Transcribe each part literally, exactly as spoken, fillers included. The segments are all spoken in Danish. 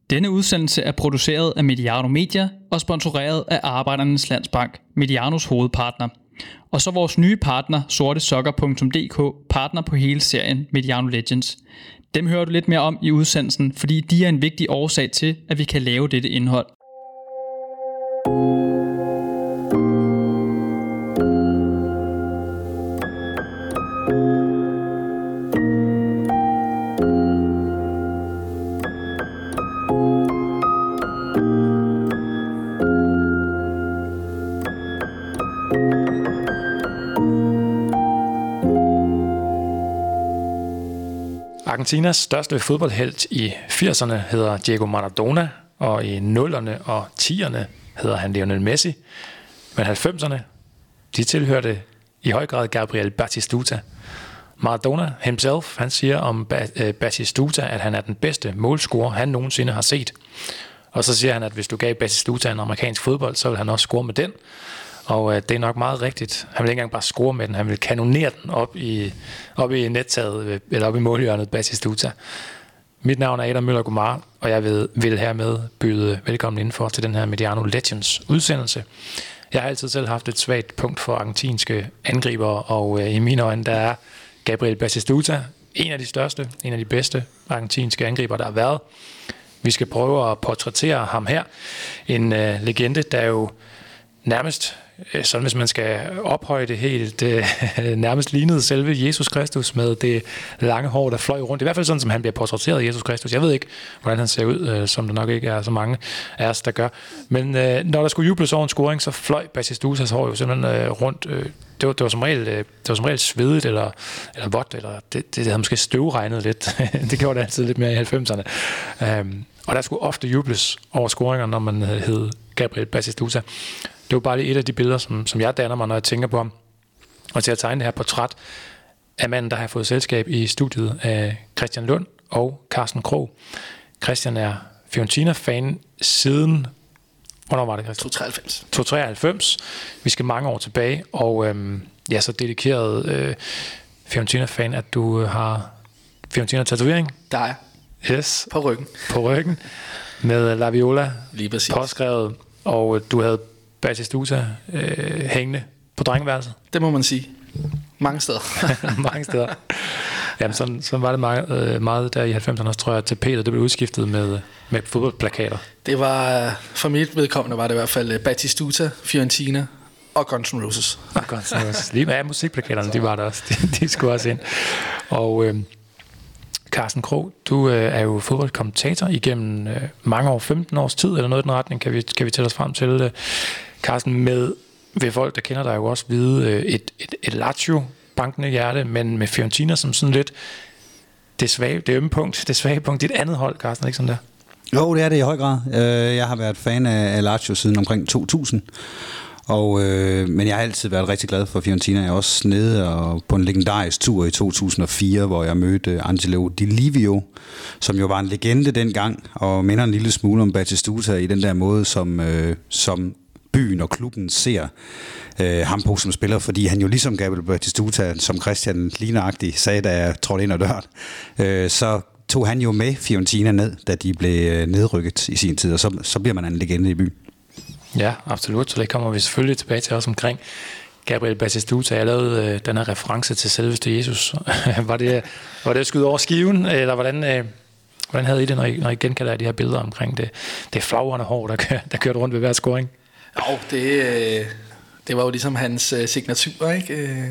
Denne udsendelse er produceret af Mediano Media og sponsoreret af Arbejdernes Landsbank, Medianos hovedpartner. Og så vores nye partner, sortesokker punktum d k, partner på hele serien Mediano Legends. Dem hører du lidt mere om i udsendelsen, fordi de er en vigtig årsag til, at vi kan lave dette indhold. Argentinas største fodboldhelt i firserne hedder Diego Maradona, og i nullerne og tierne hedder han Lionel Messi. Men halvfemserne, de tilhørte i høj grad Gabriel Batistuta. Maradona himself, han siger om Batistuta, at han er den bedste målscorer, han nogensinde har set. Og så siger han, at hvis du gav Batistuta en amerikansk fodbold, så vil han også score med den. Og øh, det er nok meget rigtigt. Han vil ikke engang bare score med den, han vil kanonere den op i, op i nettaget, eller op i målhjørnet, Batistuta. Mit navn er Adam Møller Gomar, og jeg vil, vil hermed byde velkommen indenfor til den her Mediano Legends udsendelse. Jeg har altid selv haft et svagt punkt for argentinske angribere, og øh, i mine øjne, der er Gabriel Batistuta en af de største, en af de bedste argentinske angribere, der har været. Vi skal prøve at portrættere ham her. En øh, legende, der jo nærmest, sådan hvis man skal ophøje det helt, øh, nærmest lignede selve Jesus Kristus med det lange hår, der fløj rundt. I hvert fald sådan, som han bliver portrætteret af Jesus Kristus. Jeg ved ikke, hvordan han ser ud, øh, som der nok ikke er så mange af os, der gør. Men øh, når der skulle jubles over en scoring, så fløj Batistutas hår jo simpelthen øh, rundt. Øh, det, var, det, var som regel, øh, det var som regel svedigt eller, eller vådt, eller det, det, det havde måske støvregnet lidt. Det gjorde det altid lidt mere i halvfemserne. Um, og der skulle ofte jubles over scoringer, når man hed Gabriel Batistuta. Det var bare lige et af de billeder, som, som jeg danner mig, når jeg tænker på ham. Og til at tegne det her portræt af manden, der har fået selskab i studiet af Christian Lund og Carsten Krog. Christian er Fiorentina-fan siden... Hvornår var det, Christian? to treoghalvfems. to treoghalvfems. Vi skal mange år tilbage, og øhm, jeg er så dedikeret øh, Fiorentina-fan, at du har Fiorentina-tatovering. Der er Yes. på ryggen. På ryggen. Med La Viola Lige præcis. påskrevet, og du havde Batistuta øh, hængende på drengeværelset. Det må man sige. Mange steder. Mange steder. Jamen, sådan, sådan var det meget, øh, meget der i halvfemserne også, tror jeg, at tapetet det blev udskiftet med, med fodboldplakater. Det var, for mit vedkommende var det i hvert fald Batistuta, Fiorentina og Guns N' Roses. Og Guns N' Roses. Lige med musikplakaterne, de var der også. De, de skulle også ind. Og øh, Carsten Krog, du øh, er jo fodboldkommentator igennem øh, mange år, femten års tid, eller noget i den retning, kan vi, kan vi tælle os frem til. Øh, Carsten, med ved folk, der kender dig jo også vide, øh, et, et, et Lazio bankende hjerte, men med Fiorentina som sådan lidt det svage, det ømme punkt, det svage punkt, dit andet hold, Carsten, ikke sådan der? Jo, det er det i høj grad. Jeg har været fan af Lazio siden omkring to tusind, og, øh, men jeg har altid været rigtig glad for Fiorentina. Jeg er også nede og på en legendarisk tur i to tusind og fire, hvor jeg mødte Angelo Di Livio, som jo var en legende dengang, og minder en lille smule om Batistuta i den der måde, som, øh, som byen og klubben ser øh, ham på som spiller, fordi han jo ligesom Gabriel Batistuta, som Christian lignagtigt sagde, da jeg trådte ind ad døren, øh, så tog han jo med Fiorentina ned, da de blev nedrykket i sin tid, og så, så bliver man en legende i byen. Ja, absolut, så det kommer vi selvfølgelig tilbage til også omkring Gabriel Batistuta. Jeg lavede øh, den her reference til selveste Jesus. var det, var det skyde over skiven, eller hvordan... Øh Hvordan havde I det, når I, når I genkalder de her billeder omkring det, det flagrende hår, der, kør, der kørte rundt ved hver scoring? Jo, det, det var jo ligesom hans uh, signatur, ikke? Uh,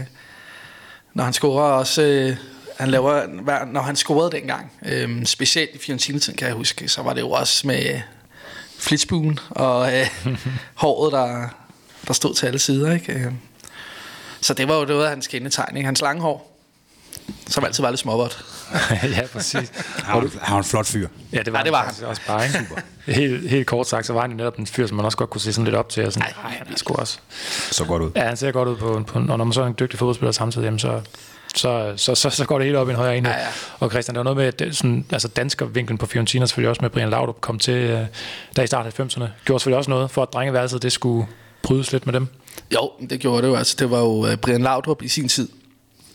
når han scorer også, uh, han laver, når han scorede dengang, um, specielt i Fiorentina-tiden, kan jeg huske, så var det jo også med flitsbuen og uh, håret, der, der stod til alle sider, ikke? Uh, så det var jo noget af hans kendetegning, hans lange hår, som altid var lidt småbåt. Ja, præcis. Han var, han var en flot fyr. Ja, det var, ja, det var han også bare, ikke? Super. Helt, helt kort sagt, så var han netop en fyr, som man også godt kunne se sådan lidt op til. Og sådan, nej, han er sgu også. Så godt ud. Ja, han ser godt ud på, på og når man så er en dygtig fodboldspiller samtidig, jamen, så, så, så, så, så går det helt op i en højere enhed. Ja, ja. Og Christian, der var noget med sådan, altså danskervinklen på Fiorentina, selvfølgelig også med Brian Laudrup kom til der i start af halvfemserne. Gjorde selvfølgelig også noget for, at drengeværelset det skulle brydes lidt med dem. Jo, det gjorde det jo. Altså, det var jo Brian Laudrup i sin tid,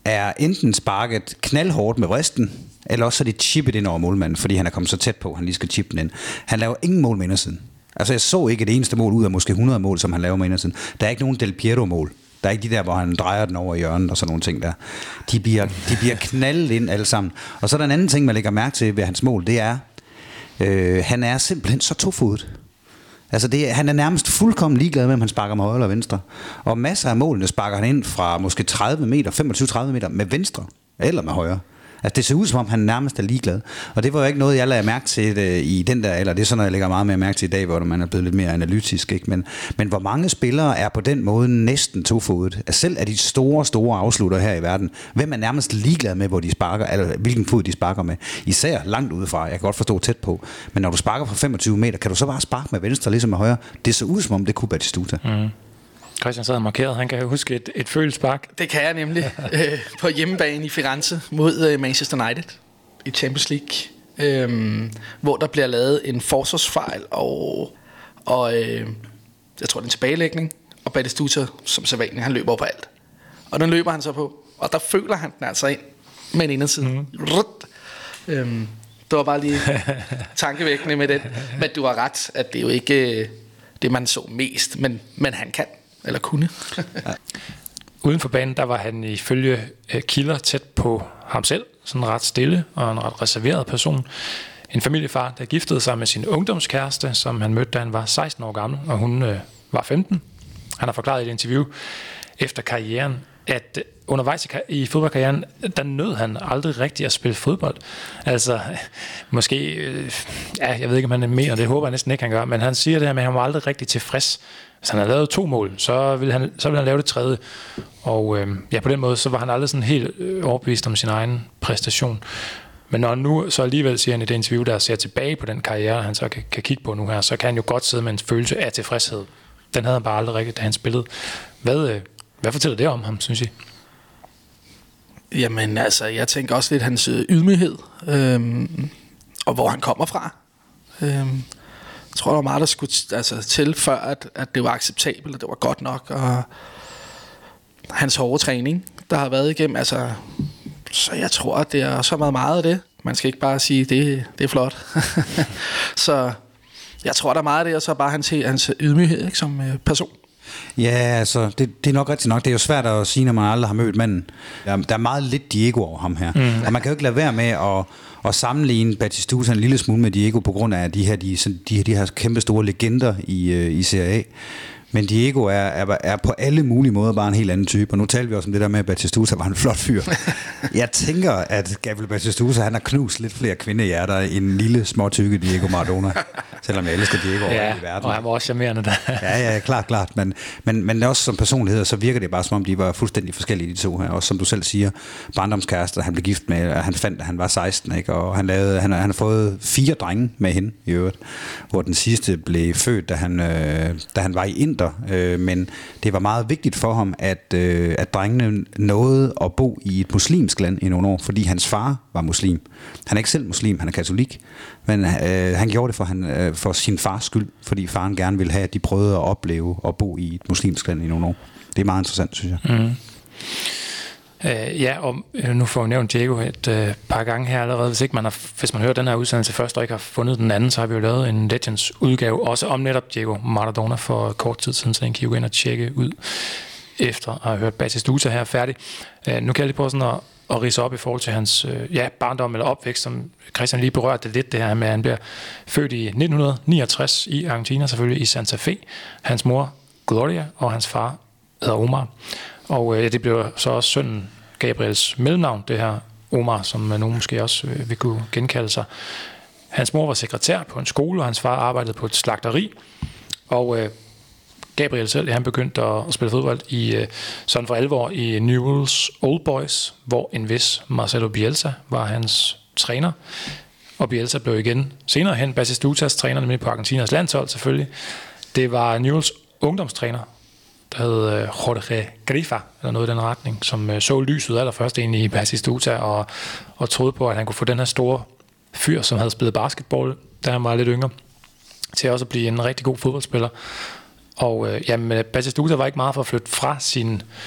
er enten sparket knaldhårdt med vristen, eller også er det chippet ind over målmanden, fordi han er kommet så tæt på, han lige skal chippe den ind. Han laver ingen mål med indersiden. Altså jeg så ikke et eneste mål ud af måske hundrede mål, som han laver med indersiden. Der er ikke nogen Del Piero-mål. Der er ikke de der, hvor han drejer den over i hjørnet og sådan nogle ting der. De bliver, de bliver knaldet ind alle sammen. Og så er der en anden ting, man lægger mærke til ved hans mål, det er, øh, han er simpelthen så tofodet. Altså det, han er nærmest fuldkommen ligeglad med, om han sparker med højre eller venstre. Og masser af målene sparker han ind fra måske tredive meter, femogtyve til tredive meter med venstre eller med højre. Altså det ser ud som om han nærmest er ligeglad. Og det var jo ikke noget jeg lagde mærke til det, i den der eller det er sådan noget jeg lægger meget mere mærke til i dag, hvor man er blevet lidt mere analytisk, ikke? Men, men hvor mange spillere er på den måde næsten tofodet. Altså selv af de store store afslutter her i verden, hvem er nærmest ligeglad med hvor de sparker, eller hvilken fod de sparker med. Især langt udefra. Jeg kan godt forstå tæt på. Men når du sparker fra femogtyve meter, kan du så bare sparke med venstre ligesom med højre. Det ser ud som om det kunne Batistuta. Mm. Christian sad markeret, han kan jo huske et, et følelsespark. Det kan jeg nemlig øh, på hjemmebane i Firenze mod øh, Manchester United i Champions League, øh, hvor der bliver lavet en forsvarsfejl og, og øh, jeg tror det er en tilbagelægning, og Batistuta som sædvanligt, han løber på alt. Og den løber han så på, og der føler han den altså ind med en inderside. Mm. Øh, det var bare lige tankevækkende med den, men du har ret, at det er jo ikke øh, det man så mest, men, men han kan. Eller kunne. Ja. Uden for banen, der var han ifølge øh, kilder tæt på ham selv, sådan ret stille og en ret reserveret person. En familiefar, der giftede sig med sin ungdomskæreste, som han mødte, da han var seksten år gammel, og hun øh, var femten. Han har forklaret i et interview efter karrieren, at øh, undervejs i, i fodboldkarrieren, der nød han aldrig rigtig at spille fodbold. Altså, måske, øh, ja, jeg ved ikke, om han er mere, og det håber jeg næsten ikke, han gør, men han siger det her med, at han var aldrig rigtig tilfreds. Hvis han havde lavet to mål, så ville han, så ville han lave det tredje. Og øh, ja, på den måde, så var han aldrig sådan helt øh, overbevist om sin egen præstation. Men når han nu så alligevel siger han i det interview, der ser tilbage på den karriere, han så kan, kan kigge på nu her, så kan han jo godt sidde med en følelse af tilfredshed. Den havde han bare aldrig rigtigt, da han spillede. Hvad, øh, hvad fortæller det om ham, synes I? Jamen altså, jeg tænker også lidt hans ydmyghed, øhm, og hvor han kommer fra. Øhm, jeg tror, der var meget, der skulle altså, til, før at, at det var acceptabelt, og det var godt nok. Og hans hårde træning, der har været igennem, altså, så jeg tror, at det er så meget meget af det. Man skal ikke bare sige, det, det er flot. Så jeg tror, der er meget af det, og så bare hans, hans ydmyghed, ikke, som øh, person. Ja, altså, det, det er nok rigtigt nok. Det er jo svært at sige, når man aldrig har mødt manden. Der, der er meget lidt Diego over ham her. Mm. Og man kan jo ikke lade være med at, at sammenligne Batistuta en lille smule med Diego, på grund af de her, de, de, de her kæmpe store legender i, i Serie A. Men Diego er, er, er på alle mulige måder bare en helt anden type. Og nu taler vi også om det der med, at Batistuta var en flot fyr. Jeg tænker, at Gabriel Batistuta, han har knust lidt flere kvindehjerter end en lille småtykke Diego Maradona. Selvom jeg elsker Diego over ja, i verden. Og han var også charmerende der. ja, ja, klart, klart. Men, men, men også som personlighed, så virker det bare som om, de var fuldstændig forskellige, de to her. Og som du selv siger, barndomskærester, han blev gift med, og han fandt, at han var seksten, ikke? Og han, lavede, han, han har fået fire drenge med hende i øvrigt, hvor den sidste blev født, da han, øh, da han var i Inter. Øh, men det var meget vigtigt for ham, at, øh, at drengene nåede at bo i et muslimsk land i nogle år, fordi hans far var muslim. Han er ikke selv muslim, han er katolik, men øh, han gjorde det for, han, øh, for sin fars skyld, fordi faren gerne ville have, at de prøvede at opleve at bo i et muslimsk land i nogle år. Det er meget interessant, synes jeg. Mm. Uh, ja, og nu får vi nævnt Diego et uh, par gange her allerede. Hvis, ikke man har, hvis man hører den her udsendelse først og ikke har fundet den anden, så har vi jo lavet en Legends udgave, også om netop Diego Maradona for kort tid siden, så den kan I jo gå ind og tjekke ud efter at have hørt Batistuta her færdig. Uh, nu kan jeg lige prøve sådan at, at ridse op i forhold til hans uh, ja, barndom eller opvækst, som Christian lige berørte det lidt, det her med, at han bliver født i nitten niogtres i Argentina, selvfølgelig i Santa Fe. Hans mor Gloria og hans far hedder Omar. Og øh, det blev så også sønnen Gabriels mellemnavn, det her Omar, som nogen måske også øh, vil kunne genkalde sig. Hans mor var sekretær på en skole, og hans far arbejdede på et slagteri. Og øh, Gabriel selv, han begyndte at, at spille fodbold i øh, sådan for alvor i Newell's Old Boys, hvor en vis Marcelo Bielsa var hans træner. Og Bielsa blev igen senere hen Batistutas træner, nemlig på Argentinas landshold selvfølgelig. Det var Newell's ungdomstræner, der hed Jorge Grifa, eller noget i den retning, som så lyset allerførst egentlig i Batistuta, og, og troede på, at han kunne få den her store fyr, som havde spillet basketball, da han var lidt yngre, til også at blive en rigtig god fodboldspiller. Og øh, jamen, Batistuta var ikke meget for at flytte fra sin,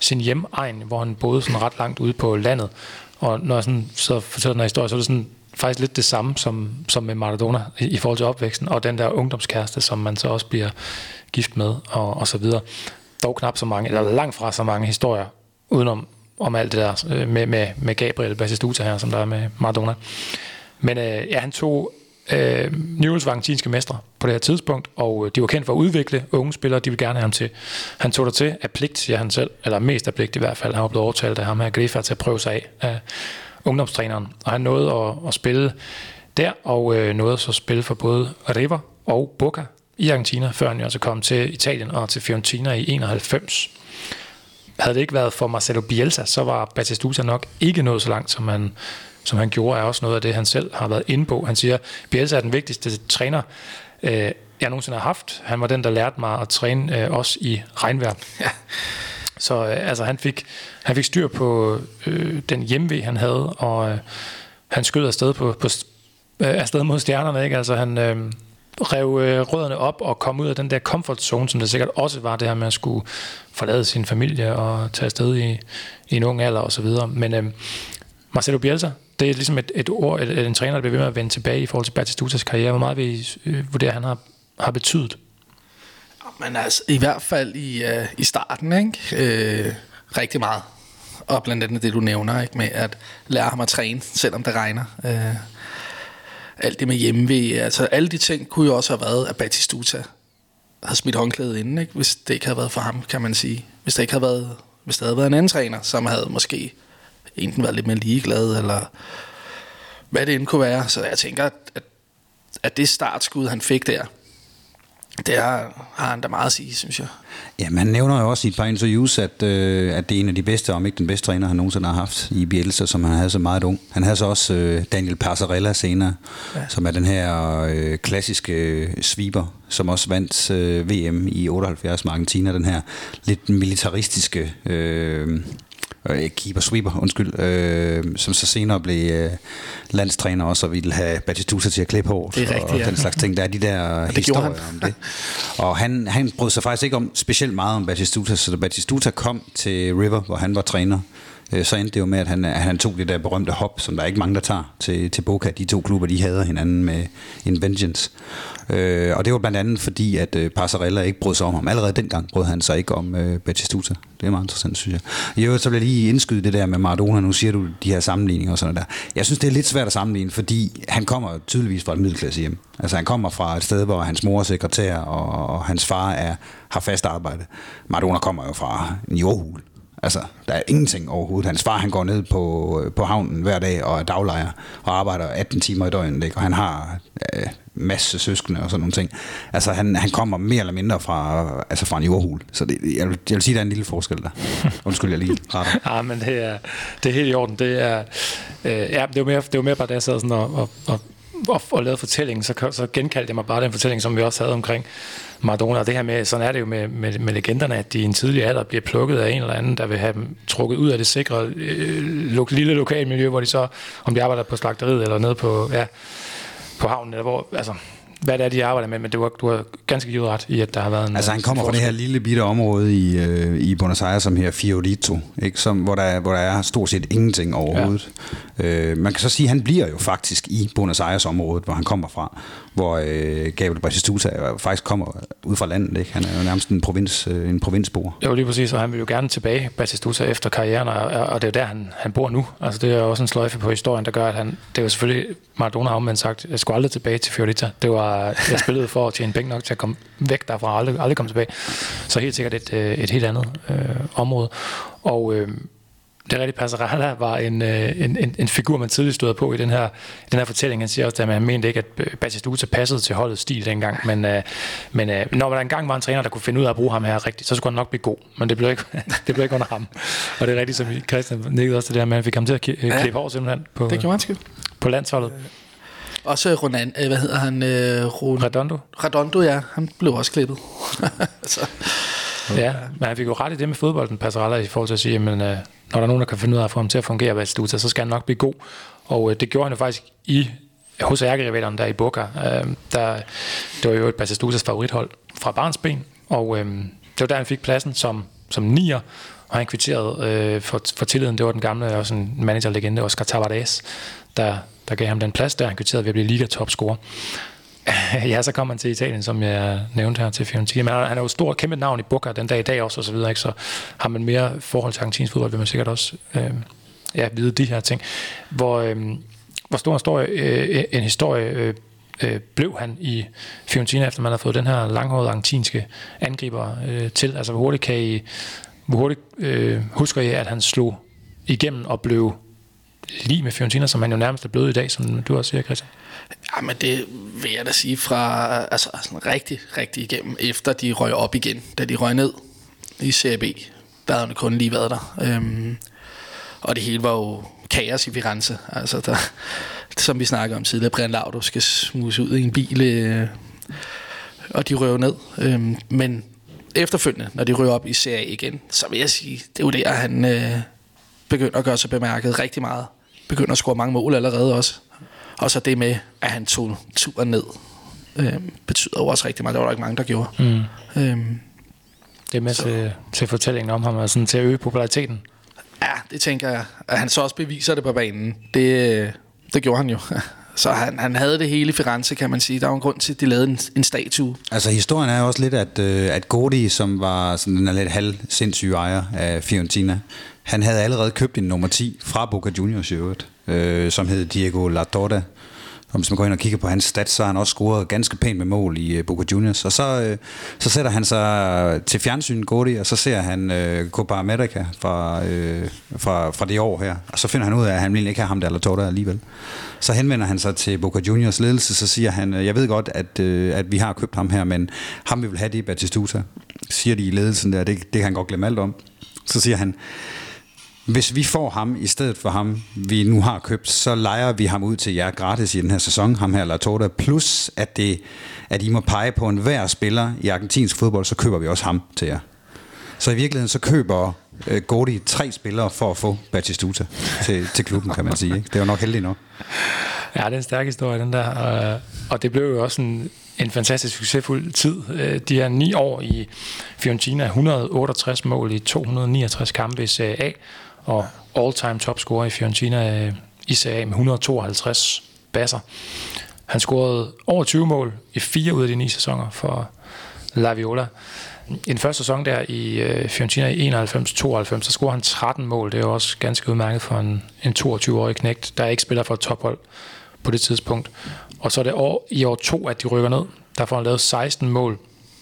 sin hjemegn, hvor han boede sådan ret langt ude på landet. Og når jeg sådan, så fortæller den her historie, så er det sådan faktisk lidt det samme som, som med Maradona i, i forhold til opvæksten, og den der ungdomskæreste, som man så også bliver gift med, og, og så videre. Dog knap så mange, eller langt fra så mange historier, udenom om alt det der med, med, med Gabriel Batistuta her, som der er med Maradona. Men øh, ja, han tog øh, Newell's var argentinske mestre på det her tidspunkt, og de var kendt for at udvikle unge spillere, de ville gerne have ham til. Han tog det til af pligt, siger han selv, eller mest af pligt i hvert fald. Han var blevet overtalt af ham her Griffa til at prøve sig af, af ungdomstræneren, og han nåede at, at spille der, og øh, nåede så at spille for både River og Boca i Argentina, før han jo altså kom til Italien og til Fiorentina i enoghalvfems. Havde det ikke været for Marcelo Bielsa, så var Batistuta nok ikke nået så langt, som han, som han gjorde, er også noget af det, han selv har været inde på. Han siger, Bielsa er den vigtigste træner, øh, jeg nogensinde har haft. Han var den, der lærte mig at træne øh, også i regnvejr. Ja. Så øh, altså, han, fik, han fik styr på øh, den hjemve, han havde, og øh, han skød afsted, på, på, øh, afsted mod stjernerne. Ikke? Altså, han øh, rev øh, rødderne op og kom ud af den der comfort zone, som det sikkert også var, det her med at skulle forlade sin familie og tage afsted i, i en ung alder og så videre. Men øh, Marcelo Bielsa, det er ligesom et, et ord, et, et, en træner, der bliver ved med at vende tilbage i forhold til Batistutas karriere. Hvor meget vil I øh, vurdere, han har, har betydet? Men altså, i hvert fald i, uh, i starten, ikke? Øh, rigtig meget. Og blandt andet det, du nævner, ikke? Med at lære ham at træne, selvom det regner. Øh, alt det med hjemmevæg, altså alle de ting kunne jo også have været, at Batistuta havde smidt håndklædet inden, ikke? Hvis det ikke havde været for ham, kan man sige. Hvis det ikke havde været, hvis der havde været en anden træner, som havde måske enten været lidt mere ligeglad, eller hvad det end kunne være. Så jeg tænker, at, at det startskud, han fik der, det har, har han da meget at sige, synes jeg. Ja, man nævner jo også i et par interviews, at, øh, at det er en af de bedste, om ikke den bedste træner, han nogensinde har haft i Bielsa, som han havde så meget ung. Han havde så også øh, Daniel Passarella senere, ja. Som er den her øh, klassiske øh, sweeper, som også vandt øh, V M i otteoghalvfjerds med Argentina, den her lidt militaristiske øh, keeper sweeper, undskyld, øh, som så senere blev øh, landstræner også, og ville have Batistuta til at klippe hårdt, det er rigtigt, og ja. Den slags ting. Der er de der historier om det. Og han, han brød sig faktisk ikke om specielt meget om Batistuta, så da Batistuta kom til River, hvor han var træner, øh, så endte det jo med, at han, at han tog det der berømte hop, som der er ikke mange, der tager til, til Boca. De to klubber, de hader hinanden med en vengeance. Øh, og det var blandt andet fordi, at øh, Passarella ikke brød sig om ham. Allerede dengang brød han sig ikke om øh, Batistuta. Det er meget interessant, synes jeg. I øvrigt så vil jeg lige indskyde det der med Maradona. Nu siger du de her sammenligninger og sådan der. Jeg synes, det er lidt svært at sammenligne, fordi han kommer tydeligvis fra et middelklasse hjem. Altså han kommer fra et sted, hvor hans mor er sekretær, og, og hans far er, har fast arbejde. Maradona kommer jo fra en jordhul. Altså, der er ingenting overhovedet. Hans far, han går ned på, på havnen hver dag og er daglejer og arbejder atten timer i døgnet, ikke? Og han har øh, masse søskende og sådan nogle ting. Altså, han, han kommer mere eller mindre fra, altså fra en jordhul. Så det, jeg, vil, jeg vil sige, der er en lille forskel der. Undskyld, jeg lige retter. Ja, men det er, det er helt i orden. Det er, øh, ja, det var mere, det var mere bare, da jeg sad sådan og, og, og, og, og lavede fortællingen, så, så genkaldte jeg mig bare den fortælling, som vi også havde omkring Maradona, og det her med, sådan er det jo med, med, med legenderne, at de i en tidlig alder bliver plukket af en eller anden, der vil have dem trukket ud af det sikre øh, lo, lille lokalmiljø, hvor de så, om de arbejder på slagteriet eller nede på, ja, på havnen, eller hvor, altså, hvad det er, de arbejder med, men du har, du har ganske givet ret i, at der har været en... Altså han kommer fra det her lille bitte område i, øh, i Buenos Aires, som her Fiorito, ikke? Som, hvor, der, hvor der er stort set ingenting overhovedet. Ja. Øh, man kan så sige, at han bliver jo faktisk i Buenos Aires-området, hvor han kommer fra, hvor øh, Gabriel Batistuta faktisk kommer ud fra landet, ikke? Han er jo nærmest en, provins, øh, en provinsbor. Jo, lige præcis, og han vil jo gerne tilbage, Batistuta, efter karrieren, og, og det er jo der, han, han bor nu. Altså det er jo også en sløjfe på historien, der gør, at han... Det er jo selvfølgelig, Maradona har omvendt sagt, jeg skulle aldrig tilbage til Fiorita. Det var, jeg spillede for at tjene penge nok til at komme væk derfra, og aldrig, aldrig komme tilbage. Så helt sikkert et, et helt andet øh, område. Og... Øh, det er rigtig, Passarella var en, en, en, en figur, man tidligere stod på i den her, den her fortælling. Han siger også, at han mente ikke, at Batistuta passede til holdets stil dengang. Men, men når der engang var en træner, der kunne finde ud af at bruge ham her rigtigt, så skulle han nok blive god. Men det blev ikke, det blev ikke under ham. Og det er rigtigt, som Christian nikkede også til det her, men han fik ham til at klippe ja, hår simpelthen på, det gjorde han sgu. På landsholdet. Også Ronan, hvad hedder han? Ron... Redondo. Redondo, ja. Han blev også klippet. så... Ja, men han fik jo ret i det med fodbolden, Passarella, i forhold til at sige, jamen, når der er nogen, der kan finde ud af at få ham til at fungere, Batistuta, så skal han nok blive god. Og øh, det gjorde han jo faktisk i hos ærkerivalerne der i Boca. Øh, der, det var jo et Batistutas favorithold fra barnsben, og øh, det var der, han fik pladsen som, som nier, og han kvitterede øh, for, for tilliden. Det var den gamle, også en managerlegende, Oscar Tabarez, der, der gav ham den plads der. Han kvitterede ved at blive liga-topscorer. Ja, så kom han til Italien, som jeg nævnte her, til Fiorentina. Men han er jo stor, kæmpe navn i Boca den dag i dag også, og så videre, ikke? Så har man mere forhold til argentinsk fodbold, vil man sikkert også øh, ja, vide de her ting. Hvor, øh, hvor stor en historie, øh, en historie øh, øh, blev han i Fiorentina, efter man har fået den her langhårede argentinske angriber øh, til? Altså, hvor hurtigt kan I, hvor hurtigt øh, husker I, at han slog igennem og blev lige med Fiorentina, som han jo nærmest er blevet i dag, som du også siger, Christian? Jamen det vil jeg da sige fra altså, sådan rigtig, rigtig igennem, efter de røg op igen, da de røg ned i Serie B. Der havde han kun lige været der. Øhm, og det hele var jo kaos i Firenze. Altså der, som vi snakker om tidligere, Brian Laudo skal smuse ud i en bil, øh, og de røg ned. Øhm, men efterfølgende, når de røg op i Serie A igen, så vil jeg sige, det er jo der, han øh, begynder at gøre sig bemærket rigtig meget. Begynder at score mange mål allerede også. Og så det med, at han tog turen ned, øh, betyder jo også rigtig meget. Der var der ikke mange, der gjorde. Mm. Øhm, det er med til, til fortællingen om ham, og sådan til at øge populariteten. Ja, det tænker jeg. At han så også beviser det på banen. Det, det gjorde han jo. Så han, han havde det hele i Firenze, kan man sige. Der var en grund til, at de lavede en, en statue. Altså historien er jo også lidt, at, at Gotti, som var sådan en lidt halv sindssyg ejer af Fiorentina, han havde allerede købt en nummer ti fra Boca Juniors i øvrigt, øh, som hed Diego Latorda. Og hvis man går ind og kigger på hans stats, så har han også scoret ganske pænt med mål i uh, Boca Juniors. Og så, øh, så sætter han sig til fjernsyn, Gotti, og så ser han øh, Copa America fra, øh, fra, fra det år her. Og så finder han ud af, at han vil ikke have ham der Latorda alligevel. Så henvender han sig til Boca Juniors ledelse, så siger han, jeg ved godt, at, øh, at vi har købt ham her, men ham vi vil have det i Batistuta. Siger de i ledelsen der, det, det kan han godt glemme alt om. Så siger han, hvis vi får ham i stedet for ham, vi nu har købt, så lejer vi ham ud til jer gratis i den her sæson, ham her Latorda, plus at, det, at I må pege på en hver spiller i argentinsk fodbold, så køber vi også ham til jer. Så i virkeligheden så køber øh, Gotti tre spillere for at få Batistuta til, til klubben, kan man sige. Ikke? Det er jo nok heldigt nok. Ja, det er en stærk historie, den der. Og, og det blev jo også en, en fantastisk succesfuld tid. De her ni år i Fiorentina, et hundrede og otteogtres mål i to hundrede og niogtres kampe i Serie A, og all-time topscorer i Fiorentina i Serie A med et hundrede og tooghalvtreds basser. Han scorede over tyve mål i fire ud af de ni sæsoner for La Viola. I den første sæson der i øh, Fiorentina i enoghalvfems tooghalvfems, så scorede han tretten mål. Det er jo også ganske udmærket for en, en toogtyve-årig knægt, der ikke spiller for et tophold på det tidspunkt. Og så er det år, i år to, at de rykker ned. Der får han lavet seksten mål,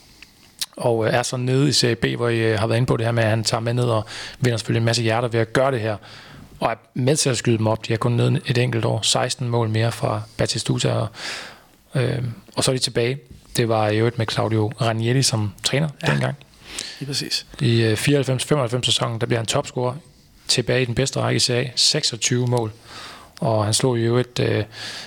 og øh, er så nede i Serie B, hvor I øh, har været inde på det her med, at han tager med ned og vinder selvfølgelig en masse hjerter ved at gøre det her. Og er med til at skyde dem op. De har kun nede et enkelt år. seksten mål mere fra Batistuta, og, øh, og så er de tilbage. Det var i øvrigt med Claudio Ranieri som træner ja, dengang. Lige præcis. I fireoghalvfems femoghalvfems sæsonen, der bliver han topscorer, tilbage i den bedste række i Serie A, seksogtyve mål. Og han slog i øvrigt uh,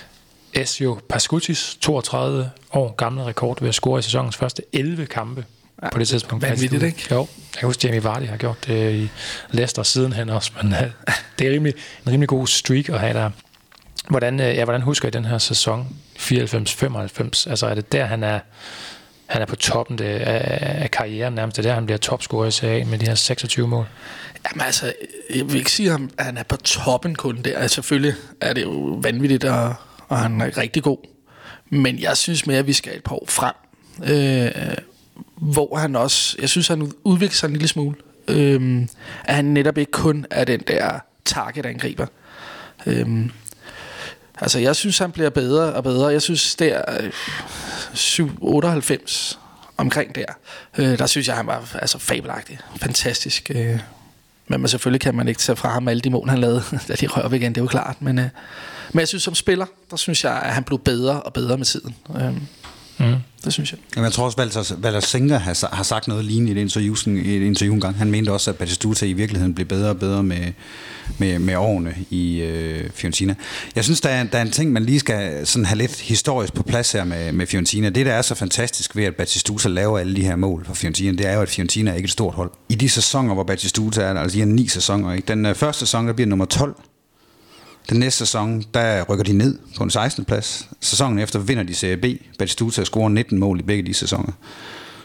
Ezio Pascutis, toogtredive år gamle rekord, ved at score i sæsonens første elleve kampe ja, på det tidspunkt. Vanvittigt, ikke? Jo, jeg kan huske, Jamie Vardy har gjort det i Leicester sidenhen også, men uh, det er rimelig, en rimelig god streak at have der. Hvordan, ja, hvordan husker I den her sæson fireoghalvfems femoghalvfems? Altså er det der, han er, han er på toppen det, af, af karrieren nærmest? Det er der, han bliver topscorer i Serie A med de her seksogtyve mål? Jamen altså, jeg vil ikke sige, at han er på toppen kun der. Altså, selvfølgelig er det jo vanvittigt, og, og han er rigtig god. Men jeg synes mere, at vi skal et par år frem. Øh, hvor han også, jeg synes, han udvikler sig en lille smule. Øh, at han netop ikke kun er den der target-angriber. Øh, Altså, jeg synes, han bliver bedre og bedre. Jeg synes, der øh, syv otteoghalvfems omkring der, øh, der synes jeg, han var altså, fabelagtig. Fantastisk. Øh. Men man, selvfølgelig kan man ikke tage fra ham alle de mål, han lavede, da de røg op igen, det er jo klart. Men, øh, men jeg synes, som spiller, der synes jeg, at han blev bedre og bedre med tiden. Øh. Mm. Det synes jeg. Jamen, jeg tror også, Walter, Walter Singer har, har sagt noget lignende i et interview, i et interview en gang. Han mente også, at Batistuta i virkeligheden blev bedre og bedre med, med, med årene i øh, Fiorentina. Jeg synes, der er, der er en ting, man lige skal sådan have lidt historisk på plads her med, med Fiorentina. Det, der er så fantastisk ved, at Batistuta laver alle de her mål for Fiorentina, det er jo, at Fiorentina er ikke et stort hold. I de sæsoner, hvor Batistuta er, altså de her ni sæsoner, ikke? Den øh, første sæson, der bliver nummer tolv. Den næste sæson, der rykker de ned på en sekstende plads. Sæsonen efter vinder de Serie B. Batistuta scorer nitten mål i begge de sæsoner.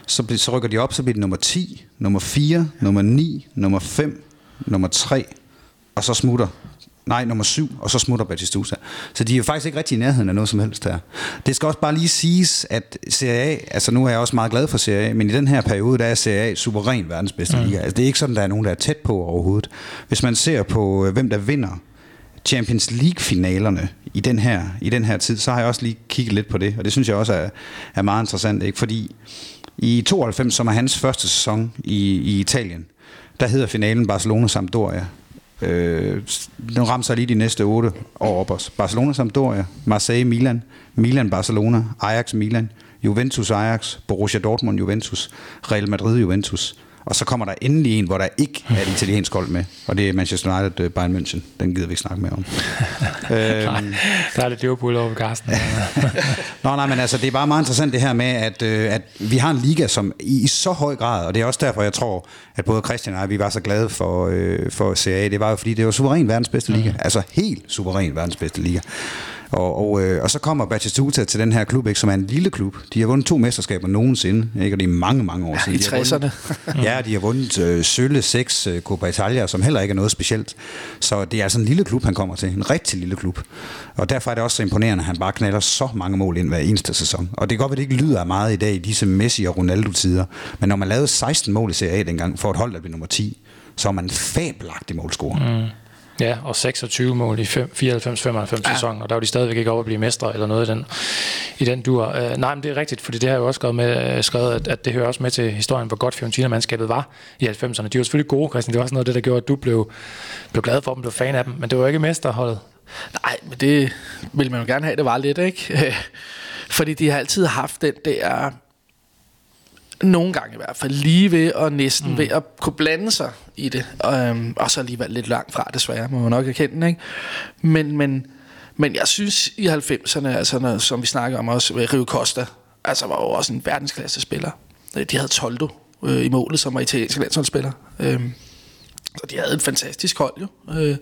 Så, så rykker de op, så bliver det nummer ti, nummer fire, nummer ni, nummer fem, nummer tre, og så smutter. Nej, nummer syv, og så smutter Batistuta. Så de er jo faktisk ikke rigtig i nærheden af noget som helst her. Det skal også bare lige siges, at Serie A, altså nu er jeg også meget glad for Serie A, men i den her periode, der er Serie A suveræn verdens bedste mm. liga. Altså det er ikke sådan, der er nogen, der er tæt på overhovedet. Hvis man ser på, hvem der vinder Champions League-finalerne i den her, i den her tid, så har jeg også lige kigget lidt på det, og det synes jeg også er, er meget interessant, ikke? Fordi i tooghalvfems, som er hans første sæson i, i Italien, der hedder finalen Barcelona-Sampdoria. Øh, nu rammer sig lige de næste otte år op os. Barcelona, Sampdoria, Marseille, Milan, Milan, Barcelona, Ajax, Milan, Juventus, Ajax, Borussia Dortmund, Juventus, Real Madrid, Juventus. Og så kommer der endelig en, hvor der ikke er et italiensk hold med, og det er Manchester United, Bayern München. Den gider vi ikke snakke mere om. øhm, der er lidt Liverpool over Carsten. Nå, nej, men altså, det er bare meget interessant det her med, at, øh, at vi har en liga, som i, i så høj grad, og det er også derfor, jeg tror, at både Christian og jeg, vi var så glade for, øh, for Serie A. Det var jo, fordi det var suveræn verdens bedste liga. Mm. Altså helt suveræn verdens bedste liga. Og, og, øh, og så kommer Batistuta til den her klub, ikke, som er en lille klub. De har vundet to mesterskaber nogensinde, ikke, og det er mange, mange år siden. Ja, i tresserne. Ja, de har vundet øh, Sølle, seks øh, Coppa Italia, som heller ikke er noget specielt. Så det er altså en lille klub, han kommer til. En rigtig lille klub. Og derfor er det også så imponerende, at han bare knalder så mange mål ind hver eneste sæson. Og det kan godt være, det ikke lyder meget i dag i disse Messi- og Ronaldo-tider. Men når man lavede seksten mål i Serie A dengang, for et hold, der blev nummer ti, så er man fabelagtig målscorer. Mm. Ja, og seksogtyve mål i fireoghalvfems femoghalvfems ja. sæson, og der var de stadigvæk ikke over at blive mestre eller noget i den, i den dur. Uh, nej, men det er rigtigt, fordi det har jo også skrevet, med, skrevet at, at det hører også med til historien, hvor godt Fiorentina-mandskabet var i halvfemserne. De var selvfølgelig gode, Christian. Det var også noget af det, der gjorde, at du blev, blev glad for dem, blev fan af dem, men det var ikke mesterholdet. Nej, men det ville man jo gerne have, det var lidt, ikke? Fordi de har altid haft den der... Nogle gange i hvert fald lige ved og næsten mm. ved at kunne blande sig i det, og, øhm, og så alligevel lidt langt fra, desværre, må man nok erkende, ikke? Men, men, men jeg synes i halvfemserne, altså når, som vi snakker om også, Rui Costa, altså var jo også en verdensklasse spiller. De havde Toldo øh, i målet, som var italiensk landsholdsspiller. Øhm, så de havde et fantastisk hold jo. Øh,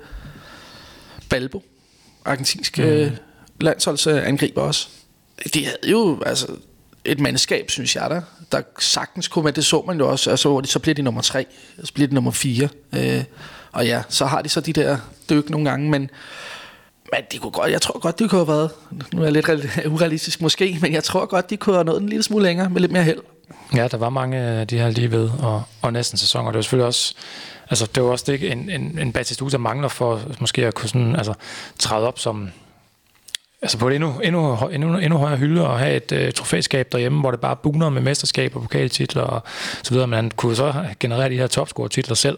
Balbo, argentinsk øh, landsholdsangriber også. De havde jo altså et mandskab, synes jeg der, der sagtens kunne, men det så man jo også, altså, så bliver de nummer tre, så bliver de nummer fire, øh, og ja, så har de så de der dyk nogle gange, men, men de kunne godt, jeg tror godt, de kunne have været, nu er jeg lidt urealistisk måske, men jeg tror godt, de kunne have nået en lille smule længere, med lidt mere held. Ja, der var mange af de her lige ved, og, og næsten sæsoner, det var selvfølgelig også, altså det var også det, en, en, en Batistuta mangler for måske at kunne sådan, altså træde op som, altså på et endnu, endnu, endnu, endnu højere hylde og have et øh, trofæskab derhjemme, hvor det bare bugner med mesterskab og pokaltitler og så videre, men han kunne så generere de her topscorer-titler selv,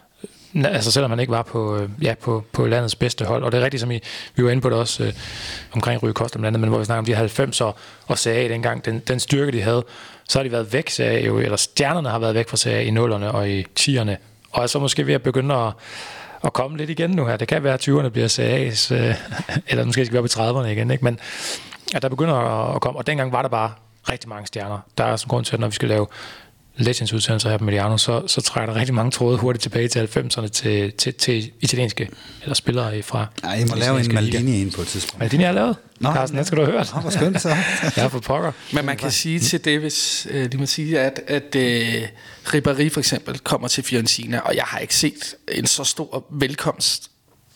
altså selvom han ikke var på, øh, ja, på, på landets bedste hold. Og det er rigtigt, som I, vi var inde på det også øh, omkring Rui Costa blandt andet, men hvor vi snakker om de halvfems og, og Serie A dengang, den, den styrke de havde, så har de været væk, Serie A jo, eller stjernerne har været væk fra Serie A i nullerne og i tierne, og er så måske ved at begynde at og komme lidt igen nu her. Det kan være, at tyverne bliver Serie A's, øh, eller måske skal vi op i trediverne igen, ikke? Men at der begynder at komme, og dengang var der bare rigtig mange stjerner. Der er sådan grund til, at når vi skal lave Legends-udsendelser her på Mediano, så, så trækker der rigtig mange tråde hurtigt tilbage til halvfemserne til, til, til italienske eller spillere fra. Ja, I må lave en Maldini ind på et tidspunkt. Maldini er lavet. Nå, Carsten, den skal du have hørt. Nå, hvor skønt så. Ja, for pokker. Men man kan sige til det, hvis øh, de må sige, at, at øh, Ribéry for eksempel kommer til Fiorentina, og jeg har ikke set en så stor velkomst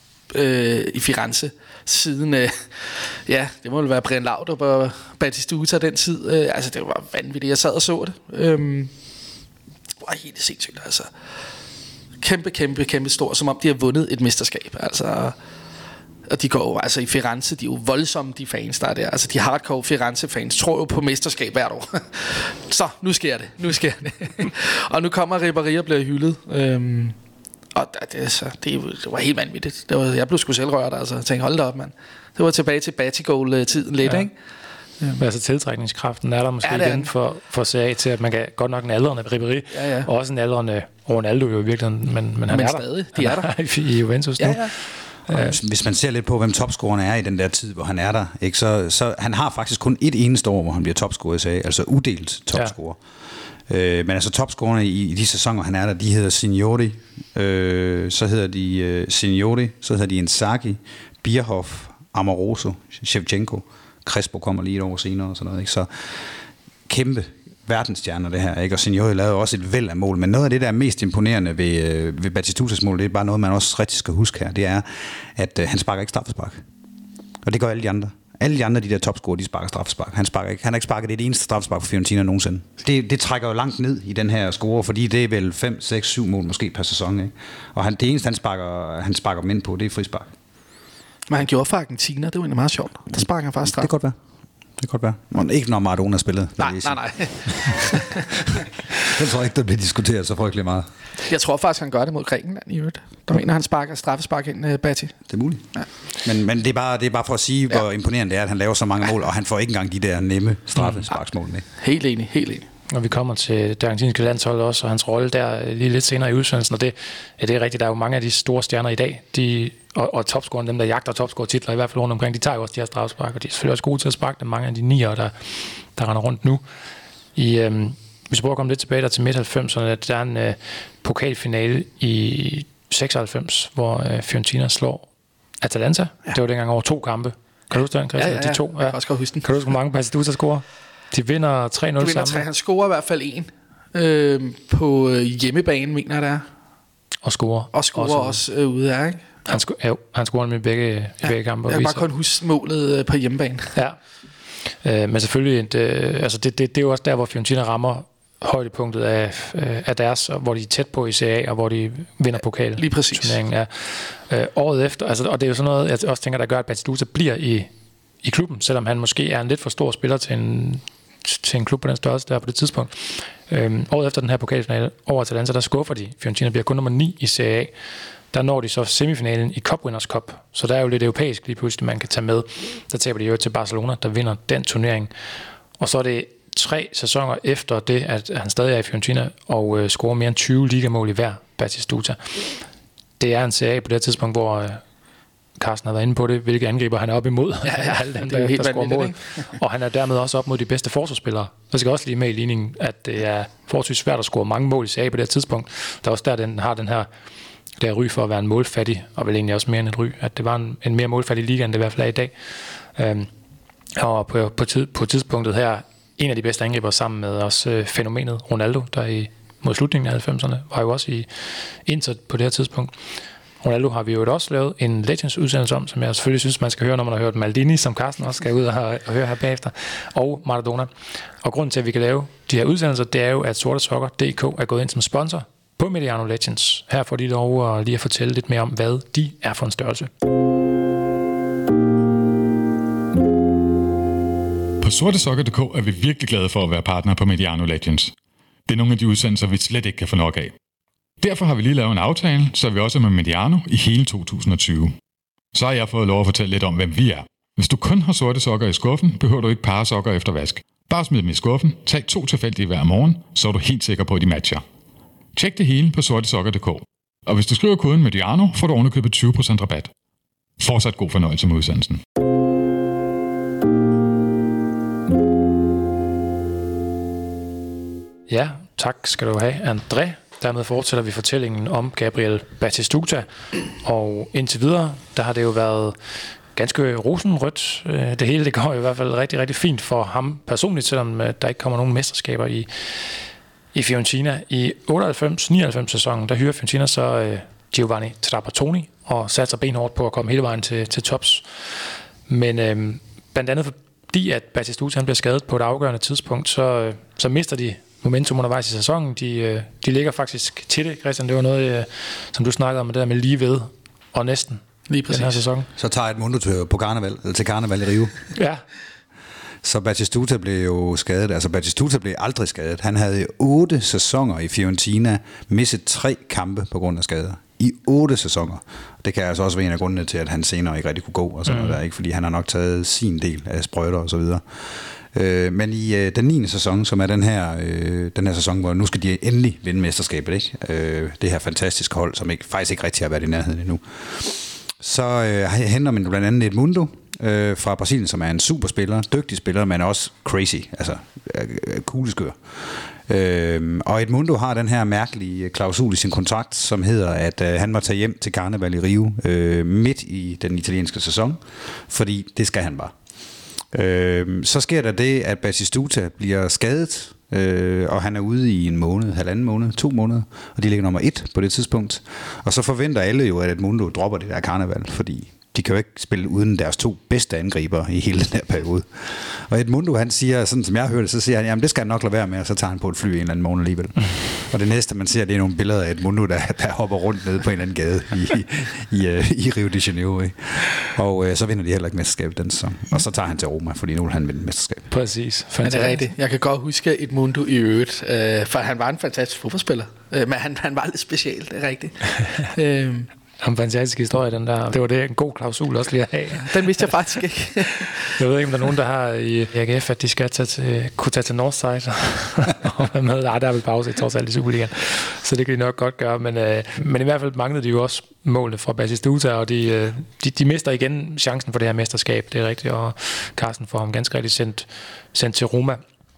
øh, i Firenze siden, øh, ja, det må vel være Brian Laudrup og Batistuta den tid. Øh, altså, det var vanvittigt. Jeg sad og så det. Øh, det var helt sindssygt, altså. Kæmpe, kæmpe, kæmpe stor, som om de har vundet et mesterskab, altså. Og de går jo, altså i Firenze, de er jo voldsomme, de fans, der er der. Altså de hardcore Firenze-fans tror jo på mesterskab hvert år. Så, nu sker det, nu sker det. Og nu kommer Ribéry og bliver hyldet. Øhm, og det, så, det, det var helt vanvittigt. Det var, jeg blev sgu selv rørt, altså. Jeg tænkte, hold da op, mand. Det var tilbage til Batigol-tiden lidt, ja. Ikke? Ja. Altså tiltrækningskraften er der måske ja, igen for, for Serie A til, at man kan godt nok en aldrende Ribéry, ja, ja. Og også en aldrende Ronaldo jo i virkeligheden, men, men han men er stadig, der. De er der. I Juventus nu. Ja, ja. Ja. Hvis man ser lidt på, hvem topscorerne er i den der tid, hvor han er der, ikke, så, så han har faktisk kun et eneste år, hvor han bliver topscorer i Serie A, altså udelt topscorer. Ja. Øh, men altså topscorerne i, i de sæsoner, han er der, de hedder Signori, øh, så hedder de øh, Signori, så hedder de Inzaghi, Bierhoff, Amoroso, Shevchenko, Crespo kommer lige et år senere og sådan noget, ikke? Så kæmpe, verdensstjerner, det her, ikke? Og Signori lavede også et væld af mål, men noget af det, der er mest imponerende ved, øh, ved Batistutas mål, det er bare noget, man også rigtig skal huske her, det er, at øh, han sparker ikke straffespark. Og det gør alle de andre. Alle de andre, de der topscorer, de sparker straffespark. Han, sparker ikke. Han har ikke sparket det eneste straffespark for Fiorentina nogensinde. Det, det trækker jo langt ned i den her score, fordi det er vel fem, seks, syv mål måske per sæson, ikke? Og han, det eneste, han sparker, han sparker dem ind på, det er frispark. Men han gjorde for Argentina, det var egentlig meget sjovt. Der sparker han faktisk straf. Det kan godt være. Det kan godt være. Men ikke når Maradona spillede. Nej, nej, nej. Den tror jeg ikke, der bliver diskuteret så frygtelig meget. Jeg tror faktisk, han gør det mod Grækenland i øvrigt. Der mener, han sparker straffespark ind, uh, Batti. Det er muligt. Ja. Men, men det, er bare, det er bare for at sige, ja. hvor imponerende det er, at han laver så mange mål, og han får ikke engang de der nemme straffesparksmål. Mm. Helt enig, helt enig. Og vi kommer til det argentinske landshold også, og hans rolle der lige lidt senere i udsendelsen, og det, ja, det er rigtigt, der er jo mange af de store stjerner i dag, de, og, og topscorerne, dem der jagter topscore-titler, i hvert fald rundt omkring, de tager jo også de her straffespark, og de er selvfølgelig også gode til at sparke dem, mange af de nier, der, der render rundt nu. I, øhm, hvis vi prøver at komme lidt tilbage der til midt halvfemserne, der er en øh, pokalfinale i seksoghalvfems, hvor øh, Fiorentina slår Atalanta. Ja. Det var dengang over to kampe. Kan du huske den, Christian? Ja, ja, ja. De to, ja. Jeg kan også godt huske den. Kan du huske, hvor mange Batistuta scorer? De vinder tre nul sammen. tre. Han scorer i hvert fald en øh, på hjemmebane, mener jeg det er. Og scorer. Og scorer også, også øh, ude af, ikke? Han, sco- jo, han scorer med begge, ja, begge kampe. Jeg kan bare kun huske målet øh, på hjemmebane. Ja, øh, men selvfølgelig, et, øh, altså det, det, det er jo også der, hvor Fiorentina rammer højdepunktet af, øh, af deres, hvor de er tæt på i Serie A, og hvor de vinder pokal. Lige præcis. Ja. Øh, året efter, altså, og det er jo sådan noget, jeg også tænker, der gør, at Batistuta bliver i, i klubben, selvom han måske er en lidt for stor spiller til en, til en klub på den størrelse der på det tidspunkt. Øhm, året efter den her pokalfinale over Atalanta, der skuffer de. Fiorentina bliver kun nummer ni i Serie A. Der når de så semifinalen i Cup Winners' Cup. Så der er jo lidt europæisk lige pludselig, man kan tage med. Der taber de jo til Barcelona, der vinder den turnering. Og så er det tre sæsoner efter det, at han stadig er i Fiorentina og øh, scorer mere end tyve ligamål i hver, Batistuta. Det er en Serie A på det tidspunkt, hvor øh, Carsten har været inde på det, hvilke angriber han er op imod. Ja, ja, alle dem, der, der scorer mål. Og han er dermed også op mod de bedste forsvarsspillere. Der skal også lige med i ligningen, at det er forholdsvis svært at score mange mål i Serie A på det tidspunkt. Der er også der, den har den her der ry for at være en målfattig, og vel egentlig også mere end et ry, at det var en, en mere målfattig liga, end det i hvert fald er i dag. Øhm, og på, på, tid, på tidspunktet her, en af de bedste angriber sammen med også øh, fænomenet Ronaldo, der i mod slutningen af halvfemserne, var jo også i Inter på det her tidspunkt. Ronaldo har vi jo også lavet en Legends-udsendelse om, som jeg selvfølgelig synes, man skal høre, når man har hørt Maldini, som Carsten også skal ud og, og høre her bagefter, og Maradona. Og grunden til, at vi kan lave de her udsendelser, det er jo, at sorte sokker punktum d k er gået ind som sponsor på Mediano Legends. Her får de lov at lige at fortælle lidt mere om, hvad de er for en størrelse. På sorte sokker punktum d k er vi virkelig glade for at være partner på Mediano Legends. Det er nogle af de udsendelser, vi slet ikke kan få nok af. Derfor har vi lige lavet en aftale, så vi også er med Mediano i hele to tusind og tyve. Så har jeg fået lov at fortælle lidt om, hvem vi er. Hvis du kun har sorte sokker i skuffen, behøver du ikke parre sokker efter vask. Bare smid dem i skuffen, tag to tilfældige hver morgen, så er du helt sikker på, at de matcher. Tjek det hele på sorte sokker punktum d k. Og hvis du skriver koden Mediano, får du ovenikøbet tyve procent rabat. Fortsat god fornøjelse med udsendelsen. Ja, tak skal du have, André. Dermed fortsætter vi fortællingen om Gabriel Batistuta, og indtil videre, der har det jo været ganske rosenrødt. Det hele, det går i hvert fald rigtig, rigtig fint for ham personligt, selvom der ikke kommer nogen mesterskaber i, i Fiorentina. I otteoghalvfems nioghalvfems sæsonen, der hyrer Fiorentina så uh, Giovanni Trapattoni og satser benhårdt på at komme hele vejen til, til tops. Men uh, blandt andet fordi, at Batistuta han bliver skadet på et afgørende tidspunkt, så, uh, så mister de momentum undervejs i sæsonen. De, de ligger faktisk til det, Christian. Det var noget, som du snakkede om, det der med lige ved og næsten lige præcis. Den her sæson. Så tager et mundo til, på karneval, eller til karneval i Rio. Ja. Så Batistuta blev jo skadet. Altså Batistuta blev aldrig skadet. Han havde i otte sæsoner i Fiorentina misset tre kampe på grund af skader. I otte sæsoner. Det kan altså også være en af grundene til, at han senere ikke rigtig kunne gå, og sådan mm. noget der, ikke? Fordi han har nok taget sin del af sprøjter og så videre. Øh, men i øh, den niende sæson, som er den her, øh, den her sæson, hvor nu skal de endelig vinde mesterskabet, ikke? Øh, det her fantastiske hold, som ikke, faktisk ikke rigtig har været i nærheden endnu. Så øh, henter man blandt andet et Mundo øh, fra Brasilien, som er en superspiller, dygtig spiller, men også crazy, altså øh, kugleskør. Øh, og Edmundo har den her mærkelige klausul i sin kontrakt, som hedder, at øh, han må tage hjem til karneval i Rio øh, midt i den italienske sæson, fordi det skal han bare. Øh, så sker der det, at Batistuta bliver skadet øh, og han er ude i en måned, halvanden måned, to måneder, og de ligger nummer et på det tidspunkt. Og så forventer alle jo, at Edmundo dropper det der karneval, fordi de kan jo ikke spille uden deres to bedste angriber i hele den her periode. Og Edmundo, han siger, sådan som jeg hørte det, så siger han, jamen det skal han nok lade være med, og så tager han på et fly en eller anden morgen alligevel. Og det næste, man ser, det er nogle billeder af Edmundo, der, der hopper rundt nede på en eller anden gade i, i, i, i Rio de Janeiro. Ikke? Og øh, så vinder de heller ikke mesterskabet den sæson. Og så tager han til Roma, fordi nu vil han vinde mesterskabet. Præcis. Men det er rigtigt. Jeg kan godt huske Edmundo i øvrigt, øh, for han var en fantastisk fodboldspiller. Øh, men han, han var lidt speciel, det er rigtigt. øh, En fantastisk historie, den der. Det var det en god klausul også lige at have. Den vidste jeg faktisk ikke. Jeg ved ikke, om der er nogen, der har i A G F, at de skal tage til, kunne tage til Northside og være med. Nej, der er vel pause i trods alt i Superligaen. Så det kan de nok godt gøre. Men, øh, men i hvert fald manglede de jo også målene fra Batistuta, og de, øh, de, de mister igen chancen for det her mesterskab. Det er rigtigt, og Carsten får ham ganske rigtigt sendt, sendt til Roma.